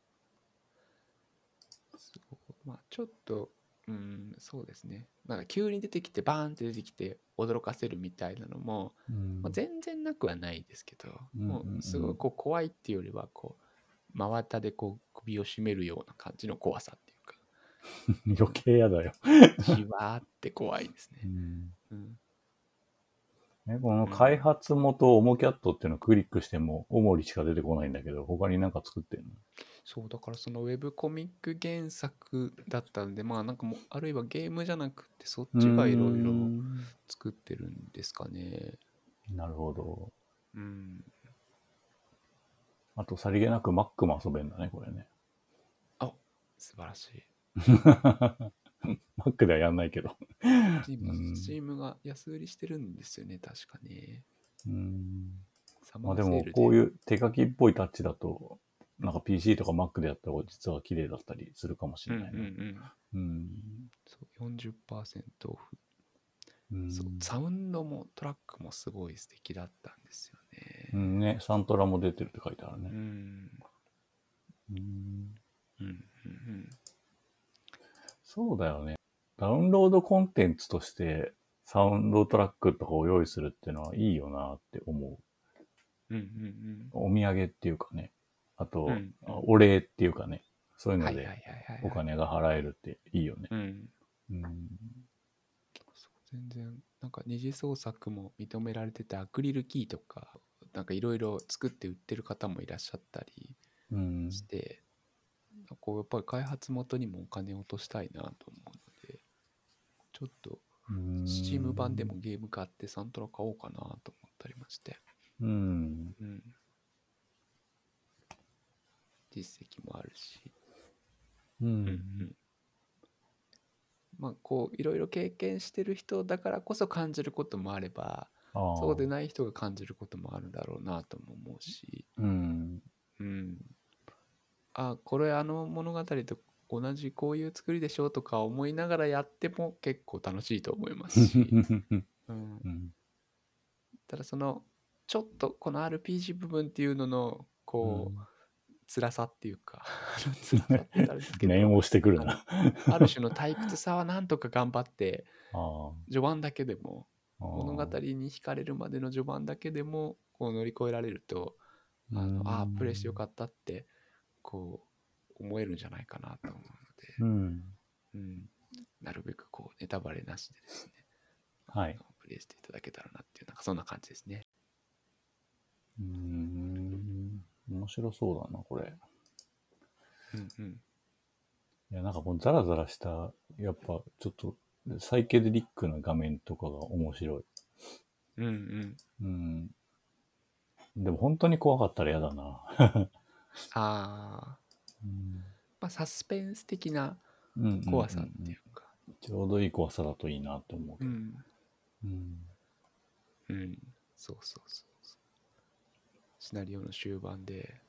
まあちょっと、そうですね。なんか急に出てきて、バーンって出てきて、驚かせるみたいなのも、まあ、 うん。 全然なくはないですけど、 うん。うもうすごいん。 こう怖いっていうよりは、こう、真綿でこう首を絞めるような感じの怖さっていうか、 うん。余計やだよ。 じわーって怖いですね。 うん。 うん。 このうん。 開発元オモキャットっていうのをクリックしても、オモリしか出てこないんだけど、他になんか作ってんの？ そう、だからそのウェブコミック原作だったんで、まあなんかもう、あるいはゲームじゃなくて、そっうーちがいろいろん。 作ってるんですかね。 なるほど。 うん。 あと、さりげなく Mac も遊べんだね、これね。 あ、素晴らしい。 Mac ではやんないけど。 今、 うん。 Steam が安売りしてるんですよね、確かね。 うん。 サマーまあでも、 セールで。 こういう手書きっぽいタッチだと、 なんか PC とか Mac でやった方が実は綺麗だったりするかもしうんうんれないね。うん。 そう、40% オフ。 うそう、 ん。 サウンドもトラックもすごい素敵だったんですようんね。 ね、サントラも出てるって書いてあるね。 うん。 うん。 うんうんそうだよね。ダウンロードコンテンツとしてサウンドトラックとかを用意するっていうのはいいよなって思うんうんう。お土産っていうかね。あうんうと、 んうん。 お礼っていうかね。そういうのではいはいはいはいおはい。 金が払えるっていいよね。 うん。 うん。 そう全然、なんか二次創作も認められてて、アクリルキーとか、なんかいろいろ作って売ってる方もいらっしゃったりうん。 して、こうやっぱり開発元にもお金を落としたいなと思うので、ちょっとうスチーム版でん。 もゲーム買ってサントラ買おうかなと思ったりまして、 うん。 うん、実績もあるし、 ううんうん。 ん。まあこういろいろ経験してる人だからこそ感じることもあれば、 あそうであ。 ない人が感じることもあるだろうなとも思うし、 うん。 うん。あ、これあの物語と同じこういう作りでしょとか思いながらやっても結構楽しいと思いますし、うん。 うん。 ただそのちょっとこの RPG 部分っていうののこううん。 辛さっていうか辛さって言ったらあれですけど、 念を押してくるあのな。 ある種の退屈さはなんとか頑張ってあ序盤だけでもあ。あ物語あ。 に惹かれるまでの序盤だけでもこう乗り越えられるとうープレイしてよん。 かったってこう思えるんじゃないかなと思うので、 うん。 うん、なるべくこうネタバレなしでですね、 はい。 プレイしていただけたらなっていう、なんかそんな感じですね。 うーん。面白そうだな、これ。 うんうん。 いや、なんかもうザラザラした、やっぱちょっとサイケデリックな画面とかが面白い。 うんうん。 うん。でも本当に怖かったら嫌だな。 ああ、 うん。 まあサスペンス的なうんうんうん怖さっうん。 ていうか、 ちょうどいい怖さだといいなって思うけど。 うん、 うん。 うん、そうそうそうそう。シナリオの終盤で、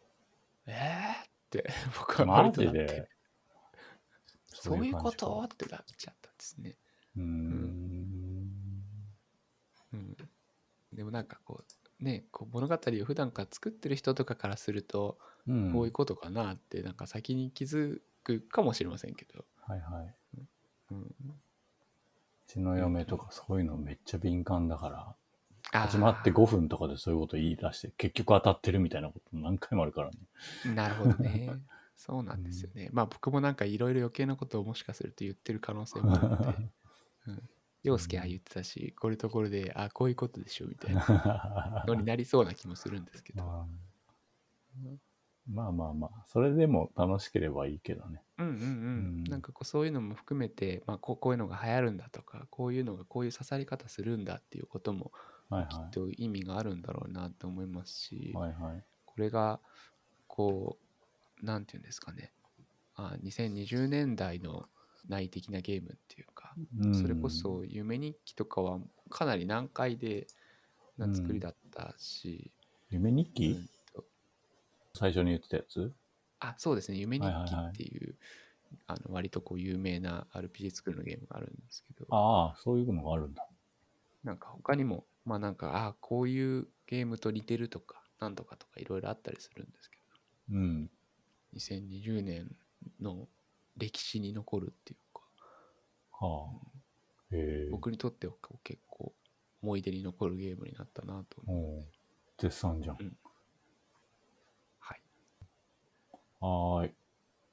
って僕は割マとなって、 ジで、そういうそういうこ感じか。 とってなっちゃったんですね。 うーうん、 ん。 うん。でもなんかこう、ね、こう物語を普段から作ってる人とかからすると、 うん。 こういうことかなって、なんか先に気づくかもしれませんけど、 はいはい。ううん、 ちのうん、うん。 嫁とかそういうのめっちゃ敏感だから、始まってあ 5分とかでそういうこと言い出して、結局当たってるみたいなこと何回もあるからね。 あ、なるほどね。そうなんですうん。 よね。まあ僕もなんかいろいろ余計なことをもしかすると言ってる可能性もあるので、うん。陽介言ってたし、これとこれで、こういうことでしょみたいなのになりそうな気もするんですけど。 まあうん、 まあまあまあ、それでも楽しければいいけどね。 うんうんうん。なんうん。 かこうそういうのも含めて、まあこういうのが流行るんだとか、こういうのがこういう刺さり方するんだっていうこともきっはいはと意味があるんだろうなと思いますい。 し、 はいはい。 これがこう、なんていうんですかね、2020年代の内的なゲームっていうか、 うそれこん。 そ夢日記とかはかなり難解でな作りうん。 だったし、 夢日記うんと、 最初に言ってたやつ。 そうですね、夢はい日記っはいはい。 ていう、割とこう有名な RPG 作るのゲームがあるんですけど、 ああ、そういうのがあるんだ。 なんか他にも、まあなんか、こういうゲームと似てるとか、なんとかとかいろいろあったりするんですけうん。 ど、2020年の歴史に残るっていうか、 はあ。 うん、 へえ。 僕にとっては結構思い出に残るゲームになったなと思うのおう絶賛じゃん。 で、うん、はい。 はーい。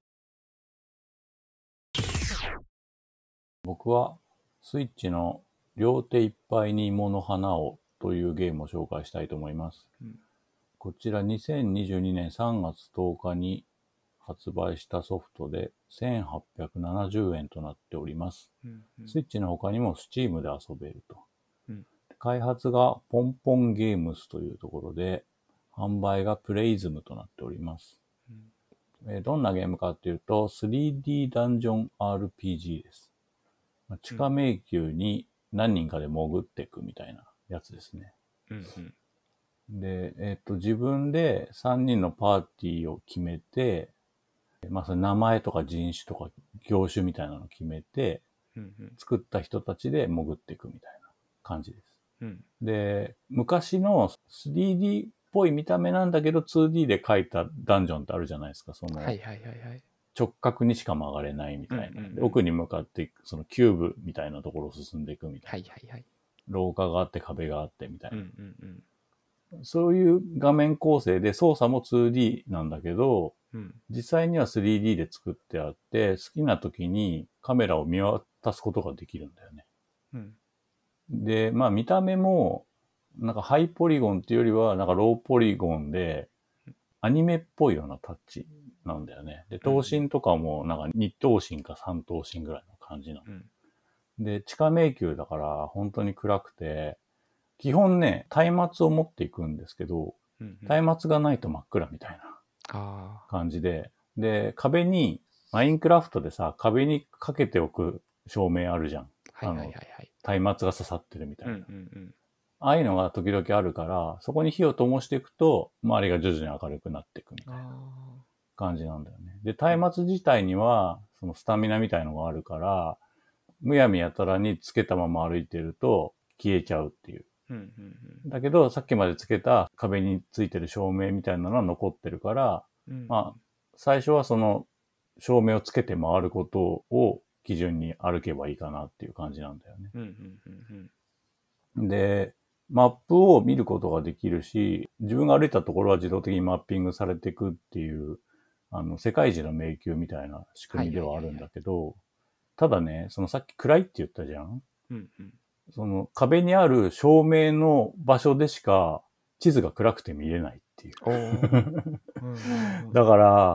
僕は、スイッチの両手いっぱいに芋の花をというゲームを紹介したいと思います。 うん、 こちら2022年3月10日に発売したソフトで1870円となっております。 うん、うん、 スイッチの他にも Steam で遊べると。 うん、 開発がポンポンゲームスというところで、販売がプレイズムとなっております。 うん、 どんなゲームかっていうと、3D ダンジョン RPG です。地うん、 下迷宮に何人かで潜っていくみたいなやつですね。 うん、うん、 で、自分で3人のパーティーを決めて、まあ、その名前とか人種とか業種みたいなのを決めて、 うんうん作った人たちで潜っていくみたいな感じです。 うんで、昔の 3D っぽい見た目なんだけど 2D で描いたダンジョンってあるじゃないですか。そのはいはいはいはい。 直角にしか曲がれないみうんうたいな。で、 ん奥に向かっていく、そのキューブみたいなところを進んでいくみたいはいな。 はいはい。 廊下があって壁があってみたいうんうな。 んうんそういう画面構成で操作も 2D なんだけど、 うん実際には 3D で作ってあって、好きな時にカメラを見渡すことができるんだよね。 うんで、まあ見た目も、なんかハイポリゴンっていうよりは、なんかローポリゴンで、アニメっぽいようなタッチなんだよね。で、 うん頭身とかもなんか2頭身か3頭身ぐらいの感じなの。 うんで、地下迷宮だから本当に暗くて、基本ね、松明を持っていくんですけど、 うんうん。 松明がないと真っ暗みたいなああ。 感じで、で、壁に、マインクラフトでさ、壁にかけておく照明あるじゃん。 はいはいはいはい。 松明が刺さってるみたうんういな。 んああいうのが時々あるから、そこに火を灯していくと、周りが徐々に明るくなっていくみうん。 たいなああ。 感じなんだよね。で、 うん松明自体には、そのスタミナみたいのがあるから、むやみやたらにつけたまま歩いてると消えちゃうっていう。 うんうんだけど、さっきまでつけた壁についてる照明みたいなのは残ってるから、 うんうんまあ、最初はその照明をつけて回ることを基準に歩けばいいかなっていう感じなんだよね。 うんうんうんで、マップを見ることができるし、自分が歩いたところは自動的にマッピングされていくっていう、世界一の迷宮みたいな仕はい組みではあるんはいはいはい。 だけど、ただね、そのさっき暗いって言ったじゃん。 うんうん。 その壁にある照明の場所でしか地図が暗くて見れないっていう。 おお。うんうんうん。 だから、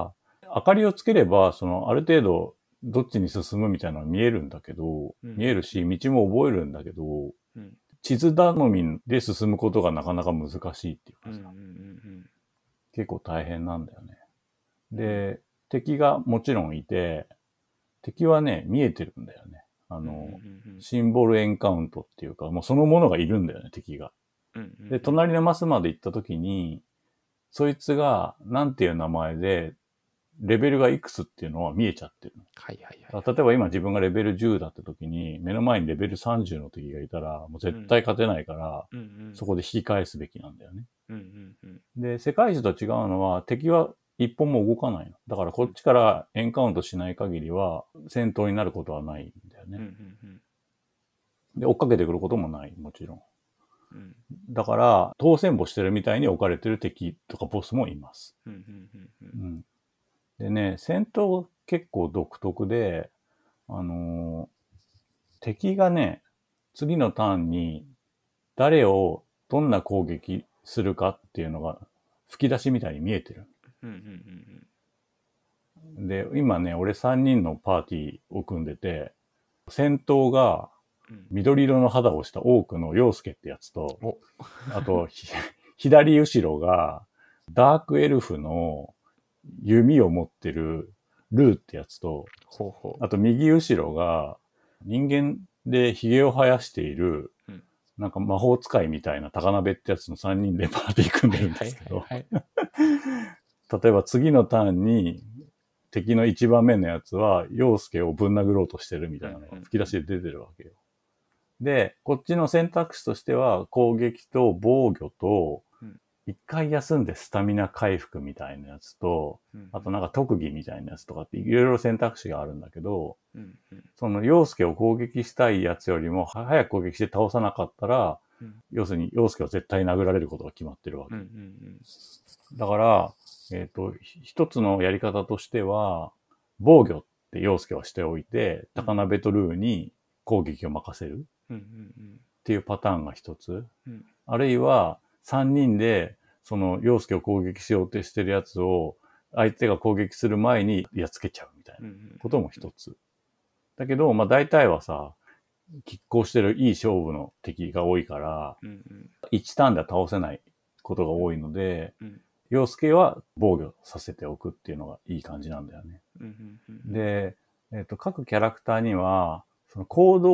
明かりをつければ、そのある程度どっちに進むみたいなのが見えるんだけど、 うん見えるし、道も覚えるんだけど、 うん地図頼みで進むことがなかなか難しいっていううんうんうかさ、 ん結構大変なんだよね。 うんで、敵がもちろんいて、敵はね、見えてるんだよね。 うんうんシンボルエンカウントっていうか、もうそのものがいるんだよね、敵が。 うんうんで、 うん。 隣のマスまで行った時に、そいつがなんていう名前で、レベルがいくつっていうのは見えちゃってる。 はいはいはいはい。 例えば今自分がレベル10だった時に、目の前にレベル30の敵がいたら、もう絶対勝てないから、 うんうんそこで引き返すべきなんだよね。 うんうんうんで、世界樹と違うのは、敵は一本も動かないの。だからこっちからエンカウントしない限りは、戦闘になることはないんだようんうね。 んで、追っかけてくることもない、もちろん。 うんだから、当選簿してるみたいに置かれてる敵とかボスもいます。 うんうんうんうん。でね、戦闘結構独特で、あのー敵がね、次のターンに誰をどんな攻撃するかっていうのが吹き出しみたいに見えてる。 うんうんうんで、今ね、俺3人のパーティーを組んでて、先頭がうん緑色の肌をしたオークの陽介ってやつと、 お。 あと、左後ろがダークエルフの弓を持ってるルーってやつと、 ほうほあと右後ろが人間で髭を生やしている、 う。うん。 なんか魔法使いみたいな高鍋ってやつの3人でパーティー組んでるんではいはいすけど、 はいはい。 例えば次のターンに敵の一番目のやつは、陽介をぶん殴ろうとしてるみたいなのが吹き出しで出てるわけよ。で、こっちの選択肢としては、攻撃と防御と、 うん一回休んでスタミナ回復みたいなやつと、 うんあとなんか特技みたいなやつとかっていろいろ選択肢があるんだけど、 うんうんその陽介を攻撃したいやつよりも早く攻撃して倒さなかったら、 うん要するに陽介は絶対殴られることが決まってるわけ。 うんうんだから、一つのやり方としては、防御って陽介はしておいて、高鍋とルーに攻撃を任せるっうんうんていうパターンが一つ。 うんあるいは、三人で、その陽介を攻撃しようとしてるやつを、相手が攻撃する前にやっつけちゃうみたいなことも一つ。だけど、まあ大体はさ、拮抗してるいい勝負の敵が多いから、 うんうん 1ターンでは倒せないことが多いので、 うん陽介は防御させておくっていうのがいい感じなんだよね。 うんうんで、各キャラクターには、その行動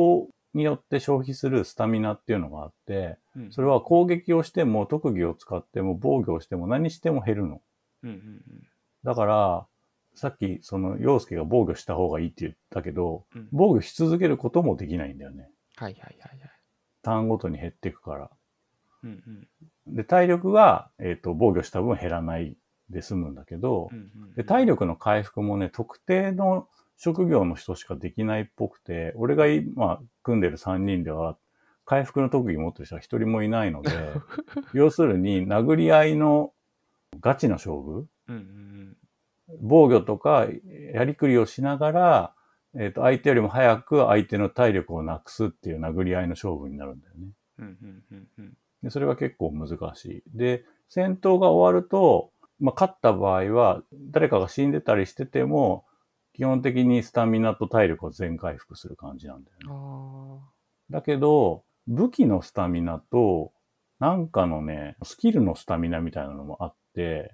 によって消費するスタミナっていうのがあって、 うん。 それは攻撃をしても特技を使っても防御をしても何しても減るの。 うんうんだから、さっきその陽介が防御した方がいいって言ったけど、 うん。うん。 防御し続けることもできないんだよね。 はいはいはいはい。 ターンごとに減っていくから。 うんうんで、体力が、防御した分減らないで済むんだけど、 うんうんで、体力の回復もね、特定の職業の人しかできないっぽくて、俺が今組んでる3人では、回復の特技持ってる人は一人もいないので、要するに殴り合いのガチな勝負、 うんうん防御とかやりくりをしながら、相手よりも早く相手の体力をなくすっていう殴り合いの勝負になるんだよね。 うんうんうんうんで、それが結構難しい。で、戦闘が終わると、勝った場合は、誰かが死んでたりしてても、基本的にスタミナと体力を全回復する感じなんだよあね。 あ。 だけど、武器のスタミナと、なんかのね、スキルのスタミナみたいなのもあって、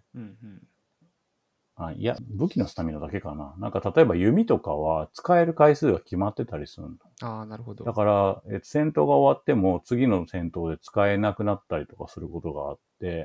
うんうんいや、武器のスタミナだけかな。なんか例えば弓とかは使える回数が決まってたりするんだ。 ああ、なるほだど。 から、戦闘が終わっても次の戦闘で使えなくなったりとかすることがあって、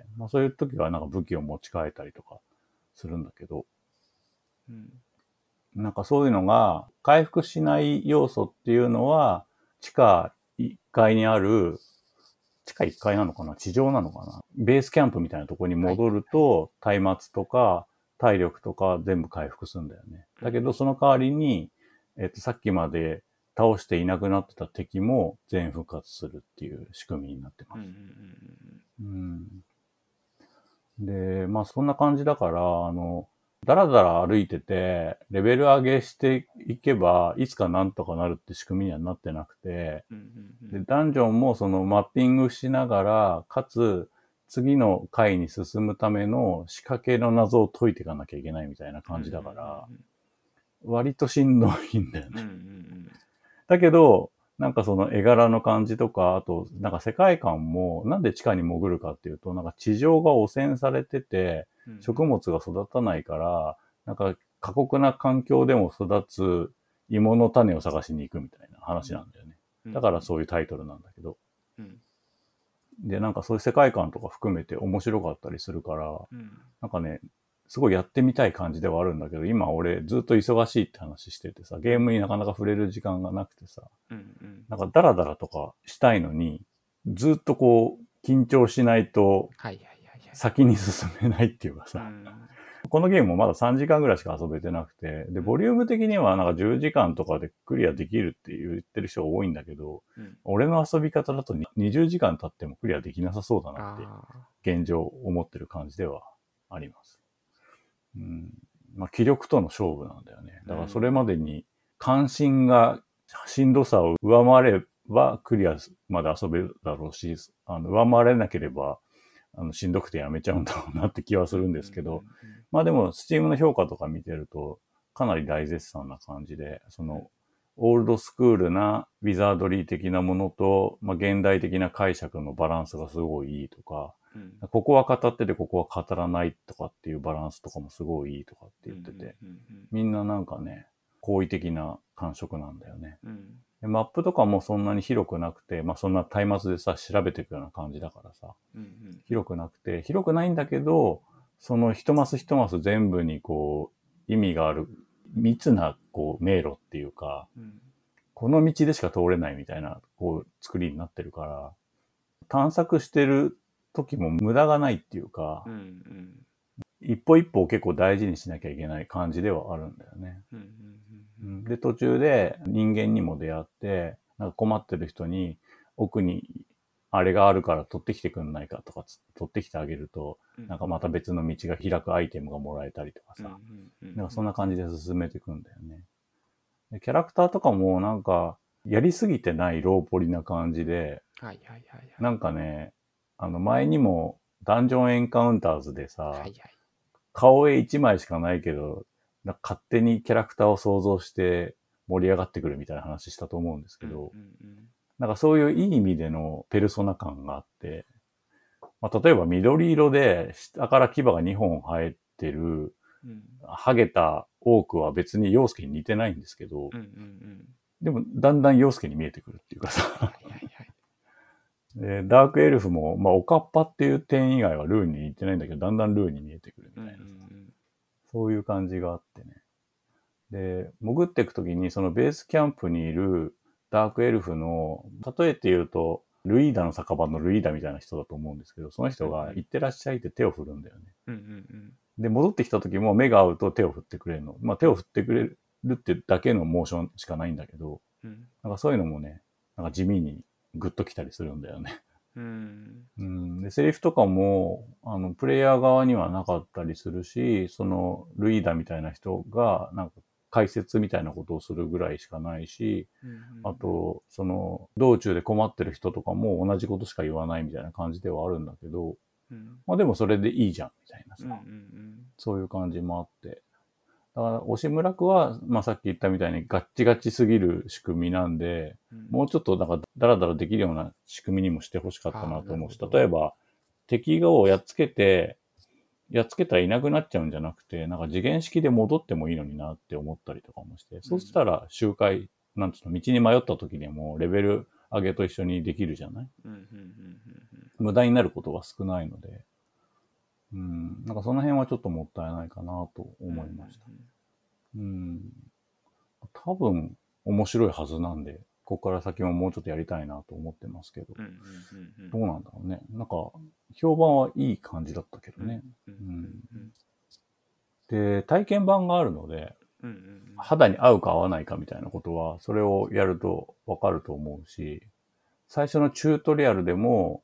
そういう時はなんか武器を持ち替えたりとかするんだけど、 うん。 なんかそういうのが回復しない要素っていうのは、地下1階にある、地下1階なのかな、地上なのかな、ベースキャンプみたいなところにはい戻ると、松明とか体力とか全部回復するんだよね。だけどその代わりに、さっきまで倒していなくなってた敵も全復活するっていう仕組みになってまうんうんうす。 んうん。で、そんな感じだから、だらだら歩いてて、レベル上げしていけば、いつかなんとかなるって仕組みにはなってなくて、 うんうんうんうで、 ん。 ダンジョンもそのマッピングしながら、かつ、次の回に進むための仕掛けの謎を解いていかなきゃいけないみたいなうんうん感じだから、 うん割としんどいんだよね。 うんうんうんだけど、なんかその絵柄の感じとか、あと、なんか世界観も、なんで地下に潜るかっていうと、なんか地上が汚染されてて、 うんうん食物が育たないから、なんか過酷な環境でも育つ芋の種を探しに行くみたいな話なんだよね。 うんだからそういうタイトルなんだけど。 うんで、なんかそういう世界観とか含めて面白かったりするから、 うんなんかね、すごいやってみたい感じではあるんだけど、今俺ずっと忙しいって話しててさ、ゲームになかなか触れる時間がなくてさ、 うんうんなんかダラダラとかしたいのに、ずっとこう、緊張しないとはいはいはいはい。 先に進めないっていうかうさ、 んこのゲームもまだ3時間ぐらいしか遊べてなくて、で、ボリューム的にはなんか10時間とかでクリアできるって言ってる人が多いんだけど、 うん俺の遊び方だと20時間経ってもクリアできなさそうだなってああ。 現状思ってる感じではあります。うん。気力との勝負なんだよね。だからそれまでに関心がしんどさを上回ればクリアまで遊べるだろうし、上回れなければ、しんどくてやめちゃうんだろうなって気はするんですけど、でも、スチームの評価とか見てると、かなり大絶賛な感じで、その、オールドスクールなウィザードリー的なものと、現代的な解釈のバランスがすごいいいとか、 うんここは語っててここは語らないとかっていうバランスとかもすごいいいとかって言ってて、みんななんかね、好意的な感触なんだよね。 うんでマップとかもそんなに広くなくて、そんな松明でさ、調べていくような感じだからさ、 うん広くなくて、広くないんだけど、その一マス一マス全部にこう、意味がある、密なこう、迷路っていうか、 うんこの道でしか通れないみたいな、こう、作りになってるから、探索してる時も無駄がないっていうか、 うんうん一歩一歩を結構大事にしなきゃいけない感じではあるんだよね。 うんうんで、途中で人間にも出会って、なんか困ってる人に奥にあれがあるから取ってきてくんないかとか取ってきてあげると、なんかまた別の道が開くアイテムがもらえたりとかさ、なんかそんな感じで進めていくんだよね。でキャラクターとかもなんかやりすぎてないローポリな感じで、 はいはいはいはい。 なんかね、前にもダンジョンエンカウンターズでさ、 はいはい。 顔絵1枚しかないけど、なんか勝手にキャラクターを想像して盛り上がってくるみたいな話したと思うんですけど、なんかそういういい意味でのペルソナ感があって、例えば緑色で下から牙が2本生えてる、ハゲたオークは別に陽介に似てないんですけど、 でもだんだん陽介に見えてくるっていうかさ、 はいはいはい。 でダークエルフも、まあ、おかっぱっていう点以外はルーンに行ってないんだけど、だんだんルーンに見えてくるみうんうんたいなさ、そういう感じがあってね。で、潜っていくときに、そのベースキャンプにいるダークエルフの、例えて言うと、ルイーダの酒場のルイーダみたいな人だと思うんですけど、その人が、 うんうん行ってらっしゃいって手を振るんだよね。 うんうんで、戻ってきた時も目が合うと手を振ってくれるの。まあ手を振ってくれるってだけのモーションしかないんだけど、 うんなんかそういうのもね、なんか地味にグッときたりするんだよね。 うんうん。で、セリフとかも、プレイヤー側にはなかったりするし、その、ルイーダみたいな人が、なんか解説みたいなことをするぐらいしかないし、 うんうんあと、その、道中で困ってる人とかも同じことしか言わないみたいな感じではあるんだけど、 うんまあでもそれでいいじゃん、みたいなさ、 うんうんそういう感じもあって。だから、押村区は、まあさっき言ったみたいにガッチガチすぎる仕組みなんで、 うんもうちょっとなんかダラダラできるような仕組みにもしてほしかったああ、 なと思うし、 なるほど。 例えば、敵をやっつけたらいなくなっちゃうんじゃなくて、なんか次元式で戻ってもいいのになって思ったりとかもして、 うんそうしたら周回、なんつうの、道に迷った時でもレベル上げと一緒にできるじゃない？ うんうんうん無駄になることが少ないので、うん、なんかその辺はちょっともったいないかなとうんうん思いました。うん、多分面白いはずなんで、ここから先ももうちょっとやりたいなと思ってますけど、 うんうんうんどうなんだろうね。なんか、評判はいい感じだったけどうんね。 うんうん、 うんで、体験版があるので、 うんうん肌に合うか合わないかみたいなことは、それをやるとわかると思うし、最初のチュートリアルでも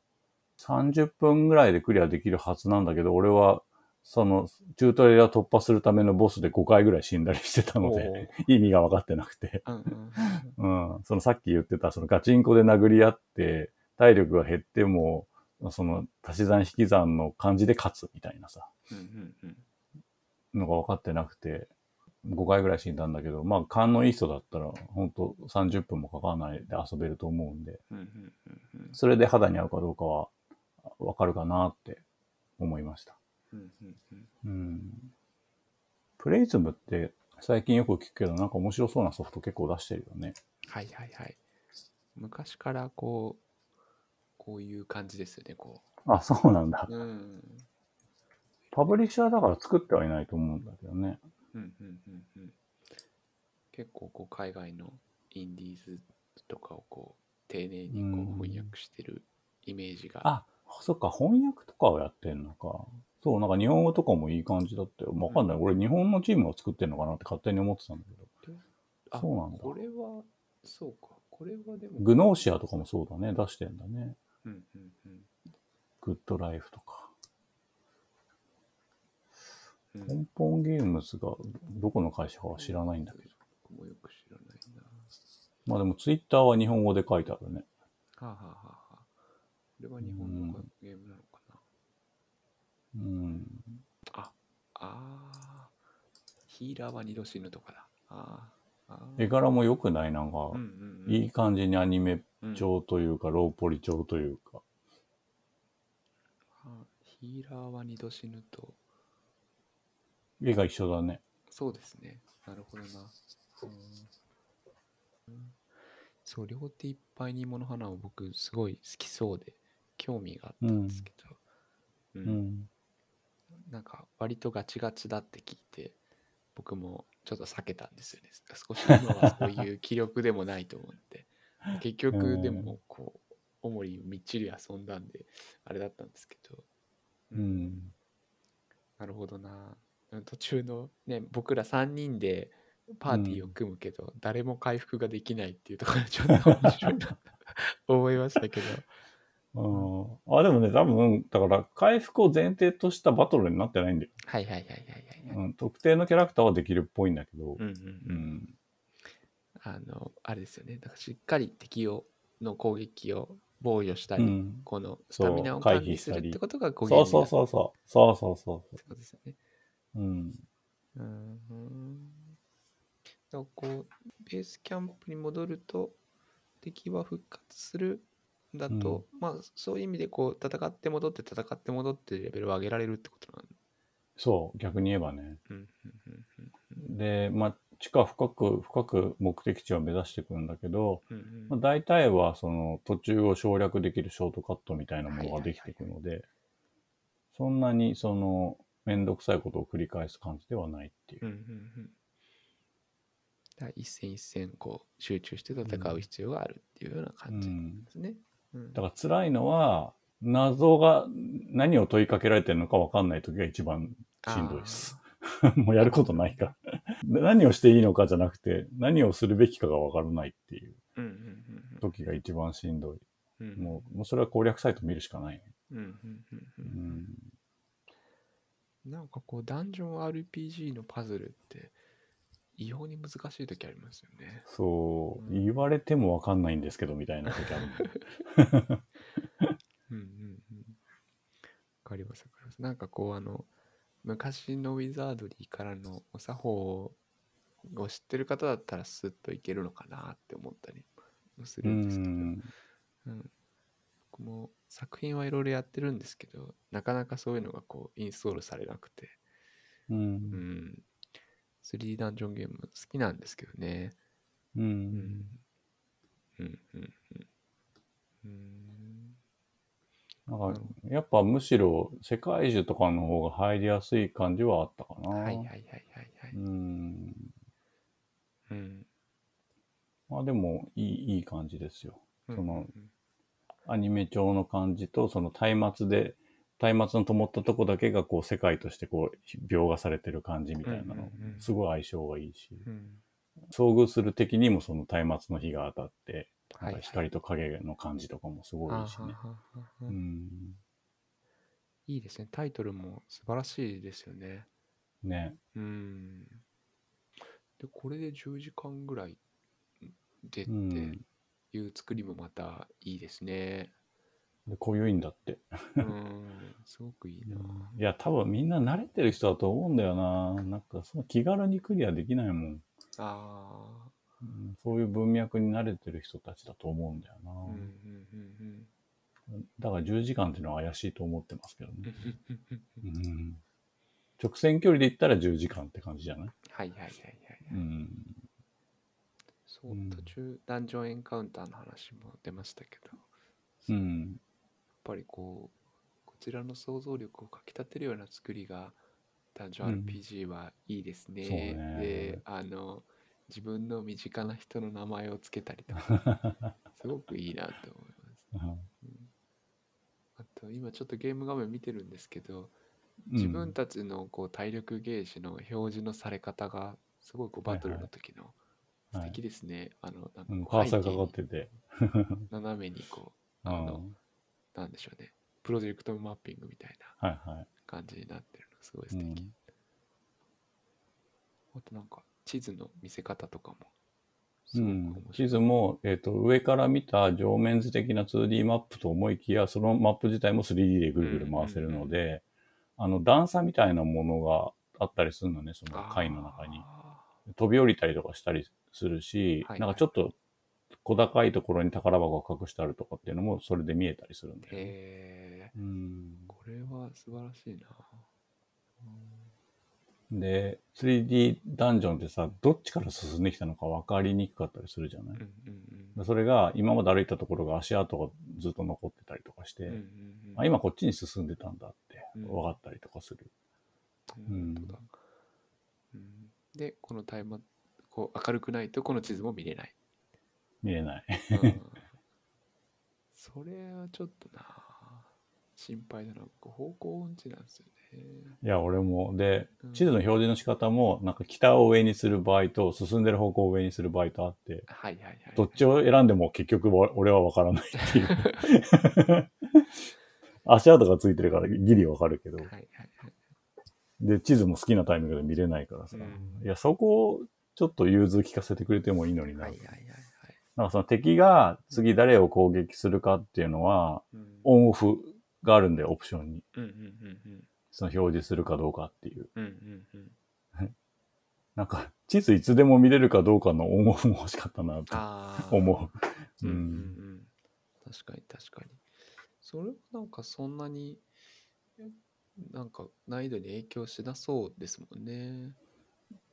30分ぐらいでクリアできるはずなんだけど、俺はそのチュートリアルを突破するためのボスで5回ぐらい死んだりしてたので、 おお。 意味が分かってなくて。 うんうんうん。そのさっき言ってた、そのガチンコで殴り合って、体力が減っても、その足し算引き算の感じで勝つみたいなさ、 うんうんうんのが分かってなくて、5回ぐらい死んだんだけど、まあ、勘のいい人だったら、本当30分もかからないで遊べると思うんで、 うんうんうんそれで肌に合うかどうかは分かるかなって思いました。 うんうんうんうん。プレイズムって最近よく聞くけど、なんか面白そうなソフト結構出してるよね。 はいはいはい。昔からこういう感じですよね、 あ、そうなんだ。 うんパブリッシャーだから作ってはいないと思うんだけどね。 うんうんうんうん。結構海外のインディーズとかを丁寧うに翻ん。 訳してるイメージが。 あ、そっか、翻訳とかをやってんのか。そう、なんか日本語とかもいい感じだったよ。わかんない。俺日本のチームを作ってんのかなって勝手に思ってたんだけど。 であ、 そうなんだ。 これは、そうか。これはでも、 グノーシアとかもそうだね。出してんだね。 うんうんうんグッドライフとか。 うんポンポンゲームズがどこの会社かは知らないんだけど。 僕もよく知らないな。 まあでもツイッターは日本語で書いてあるね。 はあ、はあはあはあ、これはう日本のん。 ゲームなのかうん。 な。ヒーラーは二度死ぬとかだ。 絵柄も良くない？なんか、 うんうんいい感じにアニメうん。うん。 調というか、ローポリ調というか。 ヒーラーは二度死ぬと、 絵が一緒だね。 そうですね。なるほどな。そう、両手いっぱいに芋の花を僕すごい好きそうで興味があったんですうん。 けど、うん。 うん。 なんか割とガチガチだって聞いて、僕もちょっと避けたんですよね。少し今はそういう気力でもないと思って。結う局でん。 も主にみっちり遊んだんで、あれだったんですけど、ううん、 ん。 なるほどな。途中のね、僕ら3人でパーティーをうん。 組むけど、誰も回復ができないっていうところでちょっと面白いなと思いましたけど。 ううん、 ん。あ、でもね、多分、だから、回復を前提としたバトルになってないんだよ。 はいはいはいはいはいはい。 うん。特定のキャラクターはできるっぽいんだけど、 うんうんうん。 うん。 あれですよね。だからしっかりの攻撃を防御したり、 うん。 このスタミそう、 ナを回管理する避したり。 ってことが5ゲそうームになるっそうそうそう。そうそうそうそてことですよね。 う。うん。 うん。だからベースキャンプに戻ると、敵は復活するんだうん。 と、まあ、そういう意味で戦って戻って戦って戻ってレベルを上げられるってことなんそう、逆に言えばね。 うんうんうんで、まあ、 ちか深く目的地を目指していくんだけど、 うんうん。 まあ、大体はその途中を省略できるショートカットみたいなもはいはいはいのができていくので、そんなにそのめんどくさいことを繰り返す感じではないっていう。 うんうんうん。だから一戦一戦こう集中して戦ううん。 必要があるっていうような感うじん。 ですね。うん。 だから辛いのは、謎が何を問いかけられてるのか分かんない時が一番しんどいです。 あもうあ、 やるこなるほど。 とないから。何をしていいのかじゃなくて、何をするべきかが分からないっていううんうん時が一番しんどい。 うんうん。 もうそれは攻略サイト見るしかないね。 うんうんうんうんうん。 うん。 なんかこうダンジョン RPG のパズルって異様に難しい時ありますよね。 そう、 うん。 言われても分かんないんですけど、みたいな時あるもん。 うんうんうん。わかりますわかります。なんかこう昔のウィザードリーからのお作法を知ってる方だったらスッといけるのかなって思ったりもすうるんですけど、 ん。 うん、僕も作品はいろいろやってるんですけど、なかなかそういうのがこうインストールされなくて、 うん。 うん、3D ダンジョンゲーム好きなんですけどね。 ううん、 ん。 うん、うん、うん。 なんか、 なるほど。 やっぱむしろ世界樹とかの方が入りやすい感じはあったかな。 はいはいはいはいはい。 うん。 うん、 まあでも、いい感じですよ。 うん、うん、 その、 うん。 アニメ調の感じと、その松明の灯ったとこだけがこう世界としてこう描画されてる感じみうん、うたいなの、 ん、 すごい相性がいいし、 うん。うん。 遭遇する敵にもその松明の火が当たって、なんかはいはい。 光と影の感じとかもすごはあ、はいいいしね。 あはあはあはあ。 うん。 いいですね。タイトルも素晴らしいですよね。 ね。 うん。で、これで10時間ぐらいでってうん。 いう作りもまたいいですね。 で、濃ゆいんだって。 うん、すごくいいな。 いや、多分みんな慣れてる人だと思うんだよな。なんか、その気軽にクリアできないもん。 ああ、 そういう文脈に慣れてる人たちだと思うんだよな。 うん、うん、うん、 だから10時間っていうのは怪しいと思ってますけどね。 うん。 うん、直線距離で言ったら10時間って感じじゃない？ はいはいはいはいはい。 うん。 そう、 うん。 途中ダンジョンエンカウンターの話も出ましたけど、そう、やっうん。 ぱりこう、こちらの想像力をかきたてるような作りがダンジョンうん。 RPG はいいですそうね。で、 ね。 自分の身近な人の名前をつけたりとか、すごくいいなと思います。うん、あと、今ちょっとゲーム画面見てるんですけど、自分うん。 たちのこう体力ゲージの表示のされ方が、すごいこうバトルのはいはい。 時の素はい。 敵ですね。なんかうん。 こうパーサーか背景にかってて。 斜めにこう、 うん。 なんでしょうね。プロジェクトマッピングみたいなはいはい。 感じになってるの、すごい素敵。 うん。 あとなんか地図の見せ方とかもすごくうん。地面白い。 図も、上から見た上面図的な 2D マップと思いきや、そのマップ自体も 3D でぐうんうんうるぐる回せるのん。 で、段差みたいなものがあったりするのね、その階の中に。 ああ、 飛び降りたりとかしたりするし、 はいはい。 なんかちょっと小高いところに宝箱が隠してあるとかっていうのもそれで見えたりするんだよね。 へえ、 うん。 これは素晴らしいな。 で、3D ダンジョンってさ、どっちから進んできたのか分かりにくかったりするじゃない？ うんうんそれが今まで歩いたところが足跡がずっと残ってたりとかしうん。うんうて、 んあ、今こっちに進んでたんだってうん。うん、 分かったりとかする。 本うん。 当だ。うん、で、このタイマこう明るくないとこの地図も見れない。 見えない。 うん。それはちょっとな、心配だな。僕方向音痴なんですよね。 いや、俺も。で、 うん。 地図の表示の仕方も、なんか北を上にする場合と、進んでる方向を上にする場合とあって、 はいはいはいはい。 どっちを選んでも結局俺は分からないっていう。足跡がついてるからギリ分かるけど。 はいはいはい。 で、地図も好きなタイミングで見れないからさ。 うん。 いや、そこをちょっと融通聞かせてくれてもいいのになと。 はいはいはいはい。 なんかその敵がうん。 次誰を攻撃するかっていうのは、 うん。 オンオフがあるんだよ、オプションに。 うんうんうんうん。 その表示するかどうかっていう。 うんうんうん。 なんか、地図いつでも見れるかどうかのオンオフも欲しかったなとああ。 思う。 うんうんううん。 ん。確かに確かに。それはなんかそんなになんか難易度に影響しなそうですもんね。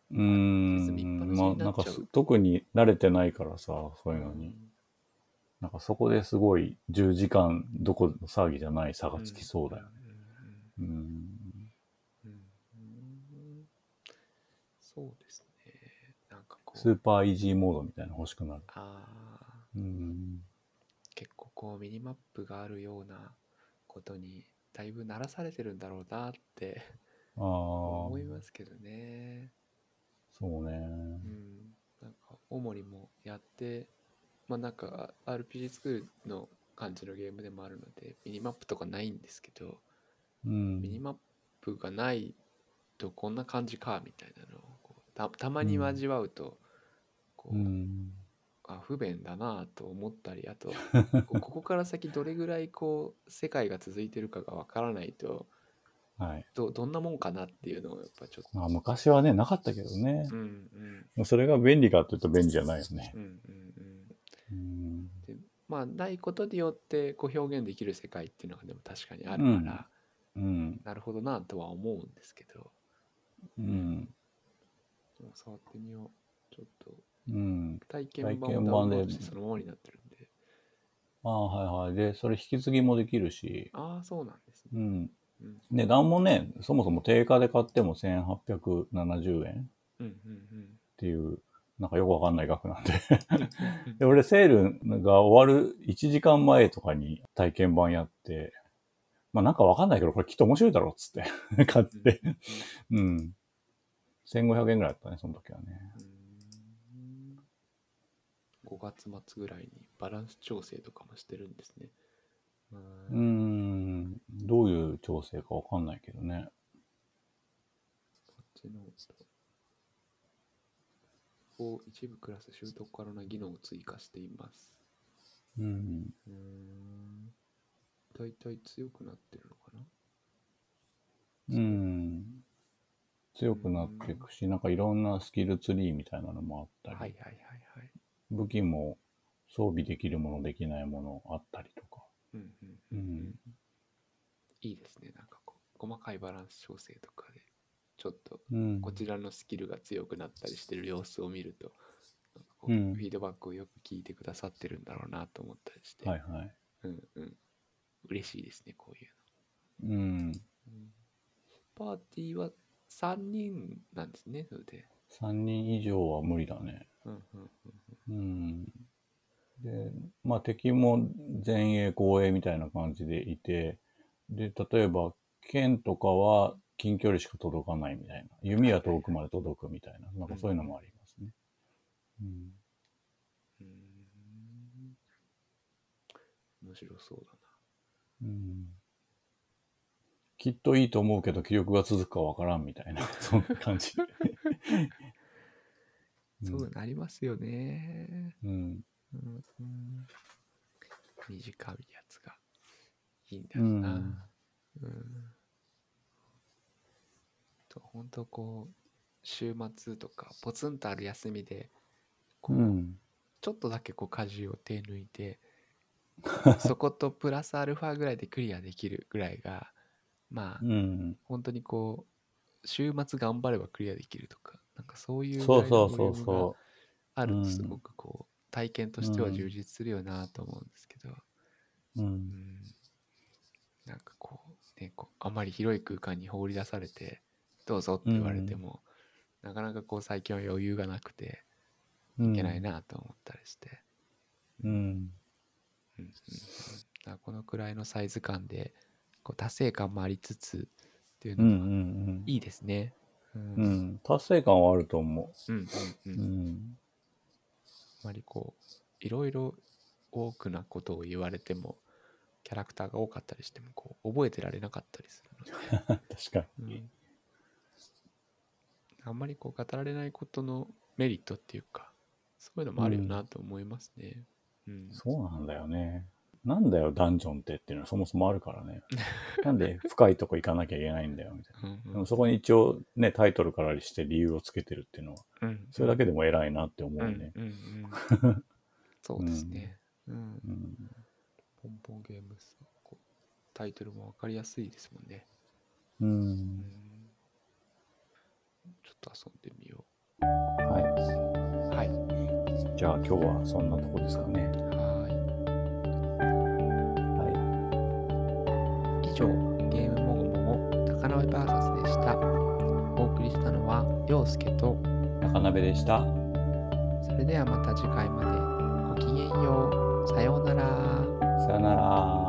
沈みっぱなしまあになっちゃう。 特に慣れてないからさ、そういうのに。 うんなんかそこですごい10時間どこの騒ぎじゃない差がつきうんうんそうだよね。うーん。 うんうんそうですね。なんかこう、 スーパーイージーモードみたいなの欲しくなる。 あうーん。 結構こうミニマップがあるようなことにだいぶ慣らされてるんだろうなってああ、 思いますけどね。 そうね。 うん。なんか、主にもやって、まあなんか RPG 作るの感じのゲームでもあるので、ミニマップとかないんですけど、 うん。 ミニマップがないとこんな感じかみたいなのをこうたまにうん。 味わうと、 うこん。 う、あ、不便だなと思ったり、あと、ここから先どれぐらいこう、世界が続いてるかがわからないと、 はい。 どんなもんかなっていうのをやっぱちょっまあ昔はね、なかったけどね。 と、うんうんそれが便利かって言うと便利じゃないよね。 うんうんうん。 うん。 で、まあ、ないことによってこう表現できる世界っていうのがでも確かにあるうん。 から、 うん。 なるほどなとは思うんですけど、うん。 うん。 でも触ってみよう。ちょっとうん。 体体験版をダウン験版で、 ロードしてそのままになってるんで。 ああ、はいはい。で、それ引き継ぎもできるし、 ああ、そうなんですね。 うん。 うんうん値段もね、そもそも定価で買っても1870円っうんうんていう、なんかよくわかんない額なんでうんうんうんうんで、俺セールが終わる1時間前とかに体験版やって、まあなんかわかんないけど、これきっと面白いだろうっつってうんうんうん買ってうんうん。1500円ぐらいだったね、その時はね。 うん5月末ぐらいにバランス調整とかもしてるんですね。うんどういう調整かわかんないけどね。 こっちのを一部クラス習得可能な技能を追加しています。 うん。 うーん。だいたい強くなってるのかな。 う強く。 ん。 うー強くなっていん。 くし、なんかいろんなスキルツリーみたいなのもあったり、 はいはいはいはい。 武器も装備できるものできないものあったりとか。 うんうんうんうん。 うん。 いいですね。なんかこう、細かいバランス調整とかで、ちょっとうん。 こちらのスキルが強くなったりしてる様子を見ると、なんかこう、フうん。 ィードバックをよく聞いてくださってるんだろうなと思ったりして、 はいはい。 うんうん。嬉しいですね、こういううん。 の。うん、パーティーは3人なんですね、それで。 3人以上は無理だね。 うんうんうんうん。で、まあ敵も前衛後衛みたいな感じでいて、で、例えば剣とかは近距離しか届かないみたいな。弓ははいはいはい。 遠くまで届くみたいな。なんうんうん。 かそういうのもありますね。うん。 うーん。面白そうだうん。きっといいと思うけど記憶が続くかわからんみたいな、そんな感じ。うん。 そうなりますよね。 うん。 うんうん。短いやつがいいんだうろうな。 ん。 うん。本当こう、週末とかポツンとある休みで、こう、 うん。 ちょっとだけこう舵を手抜いて、そことプラスアルファぐらいでクリアできるぐらいが、まあ、 うん。 本当にこう、週末頑張ればクリアできるとか、なんかそういうぐらいのボリュそうそうそうームがそあう。うるとすごん。 くこう、体験とうしては充ん。 実するよなと思うんですけど、 うん。 うん、なんかこう、ね、こうあまり広い空間に放り出されて、どうぞってう言われてん。 も、なかなかこう最近は余裕がなくて、いけないうん。 なと思ったりして、うん、 うん。 うん、うん、うん。だからこのくらいのサイズ感で、こう達成感もありつつっていううん。うのはん。 いいですね。うん、 うん。達成感はあると思うん、うん、うう。うん。 ん。 あまりこう、いろいろ多くなことを言われても、キャラクターが多かったりしても、こう、覚えてられなかったりするので、 確かうん、あんまりこう、語られないことのメリットっていうか、そういうのもに。うあるよん。 なと思いますね。うん。 そうなんだよね。なんだよ、ダンジョンっていうのはそもそもあるからね。なんで深いとこ行かなきゃいけないんだよ、みたいな。 うん、うん、 でもそこに一応ね、タイトルからして理由をつけてるっていうのは、 うん、うん、 それだけでも偉いなってうん、 思うね。 うん、うん。そうですうん。 ね。うん。 うん。 ポンポンゲームスはこうタイトルもわかりやすいですもんね。 うん。 うん。ちょっと遊んでみよう。 はい。 はい。 じゃあ今日はそんなとこですかね。 はい。以上、ゲームもごもご高鍋 VS でした。お送りしたのは陽介と中鍋でした。 それではまた次回までごきげんよう。さようなら。 さよなら。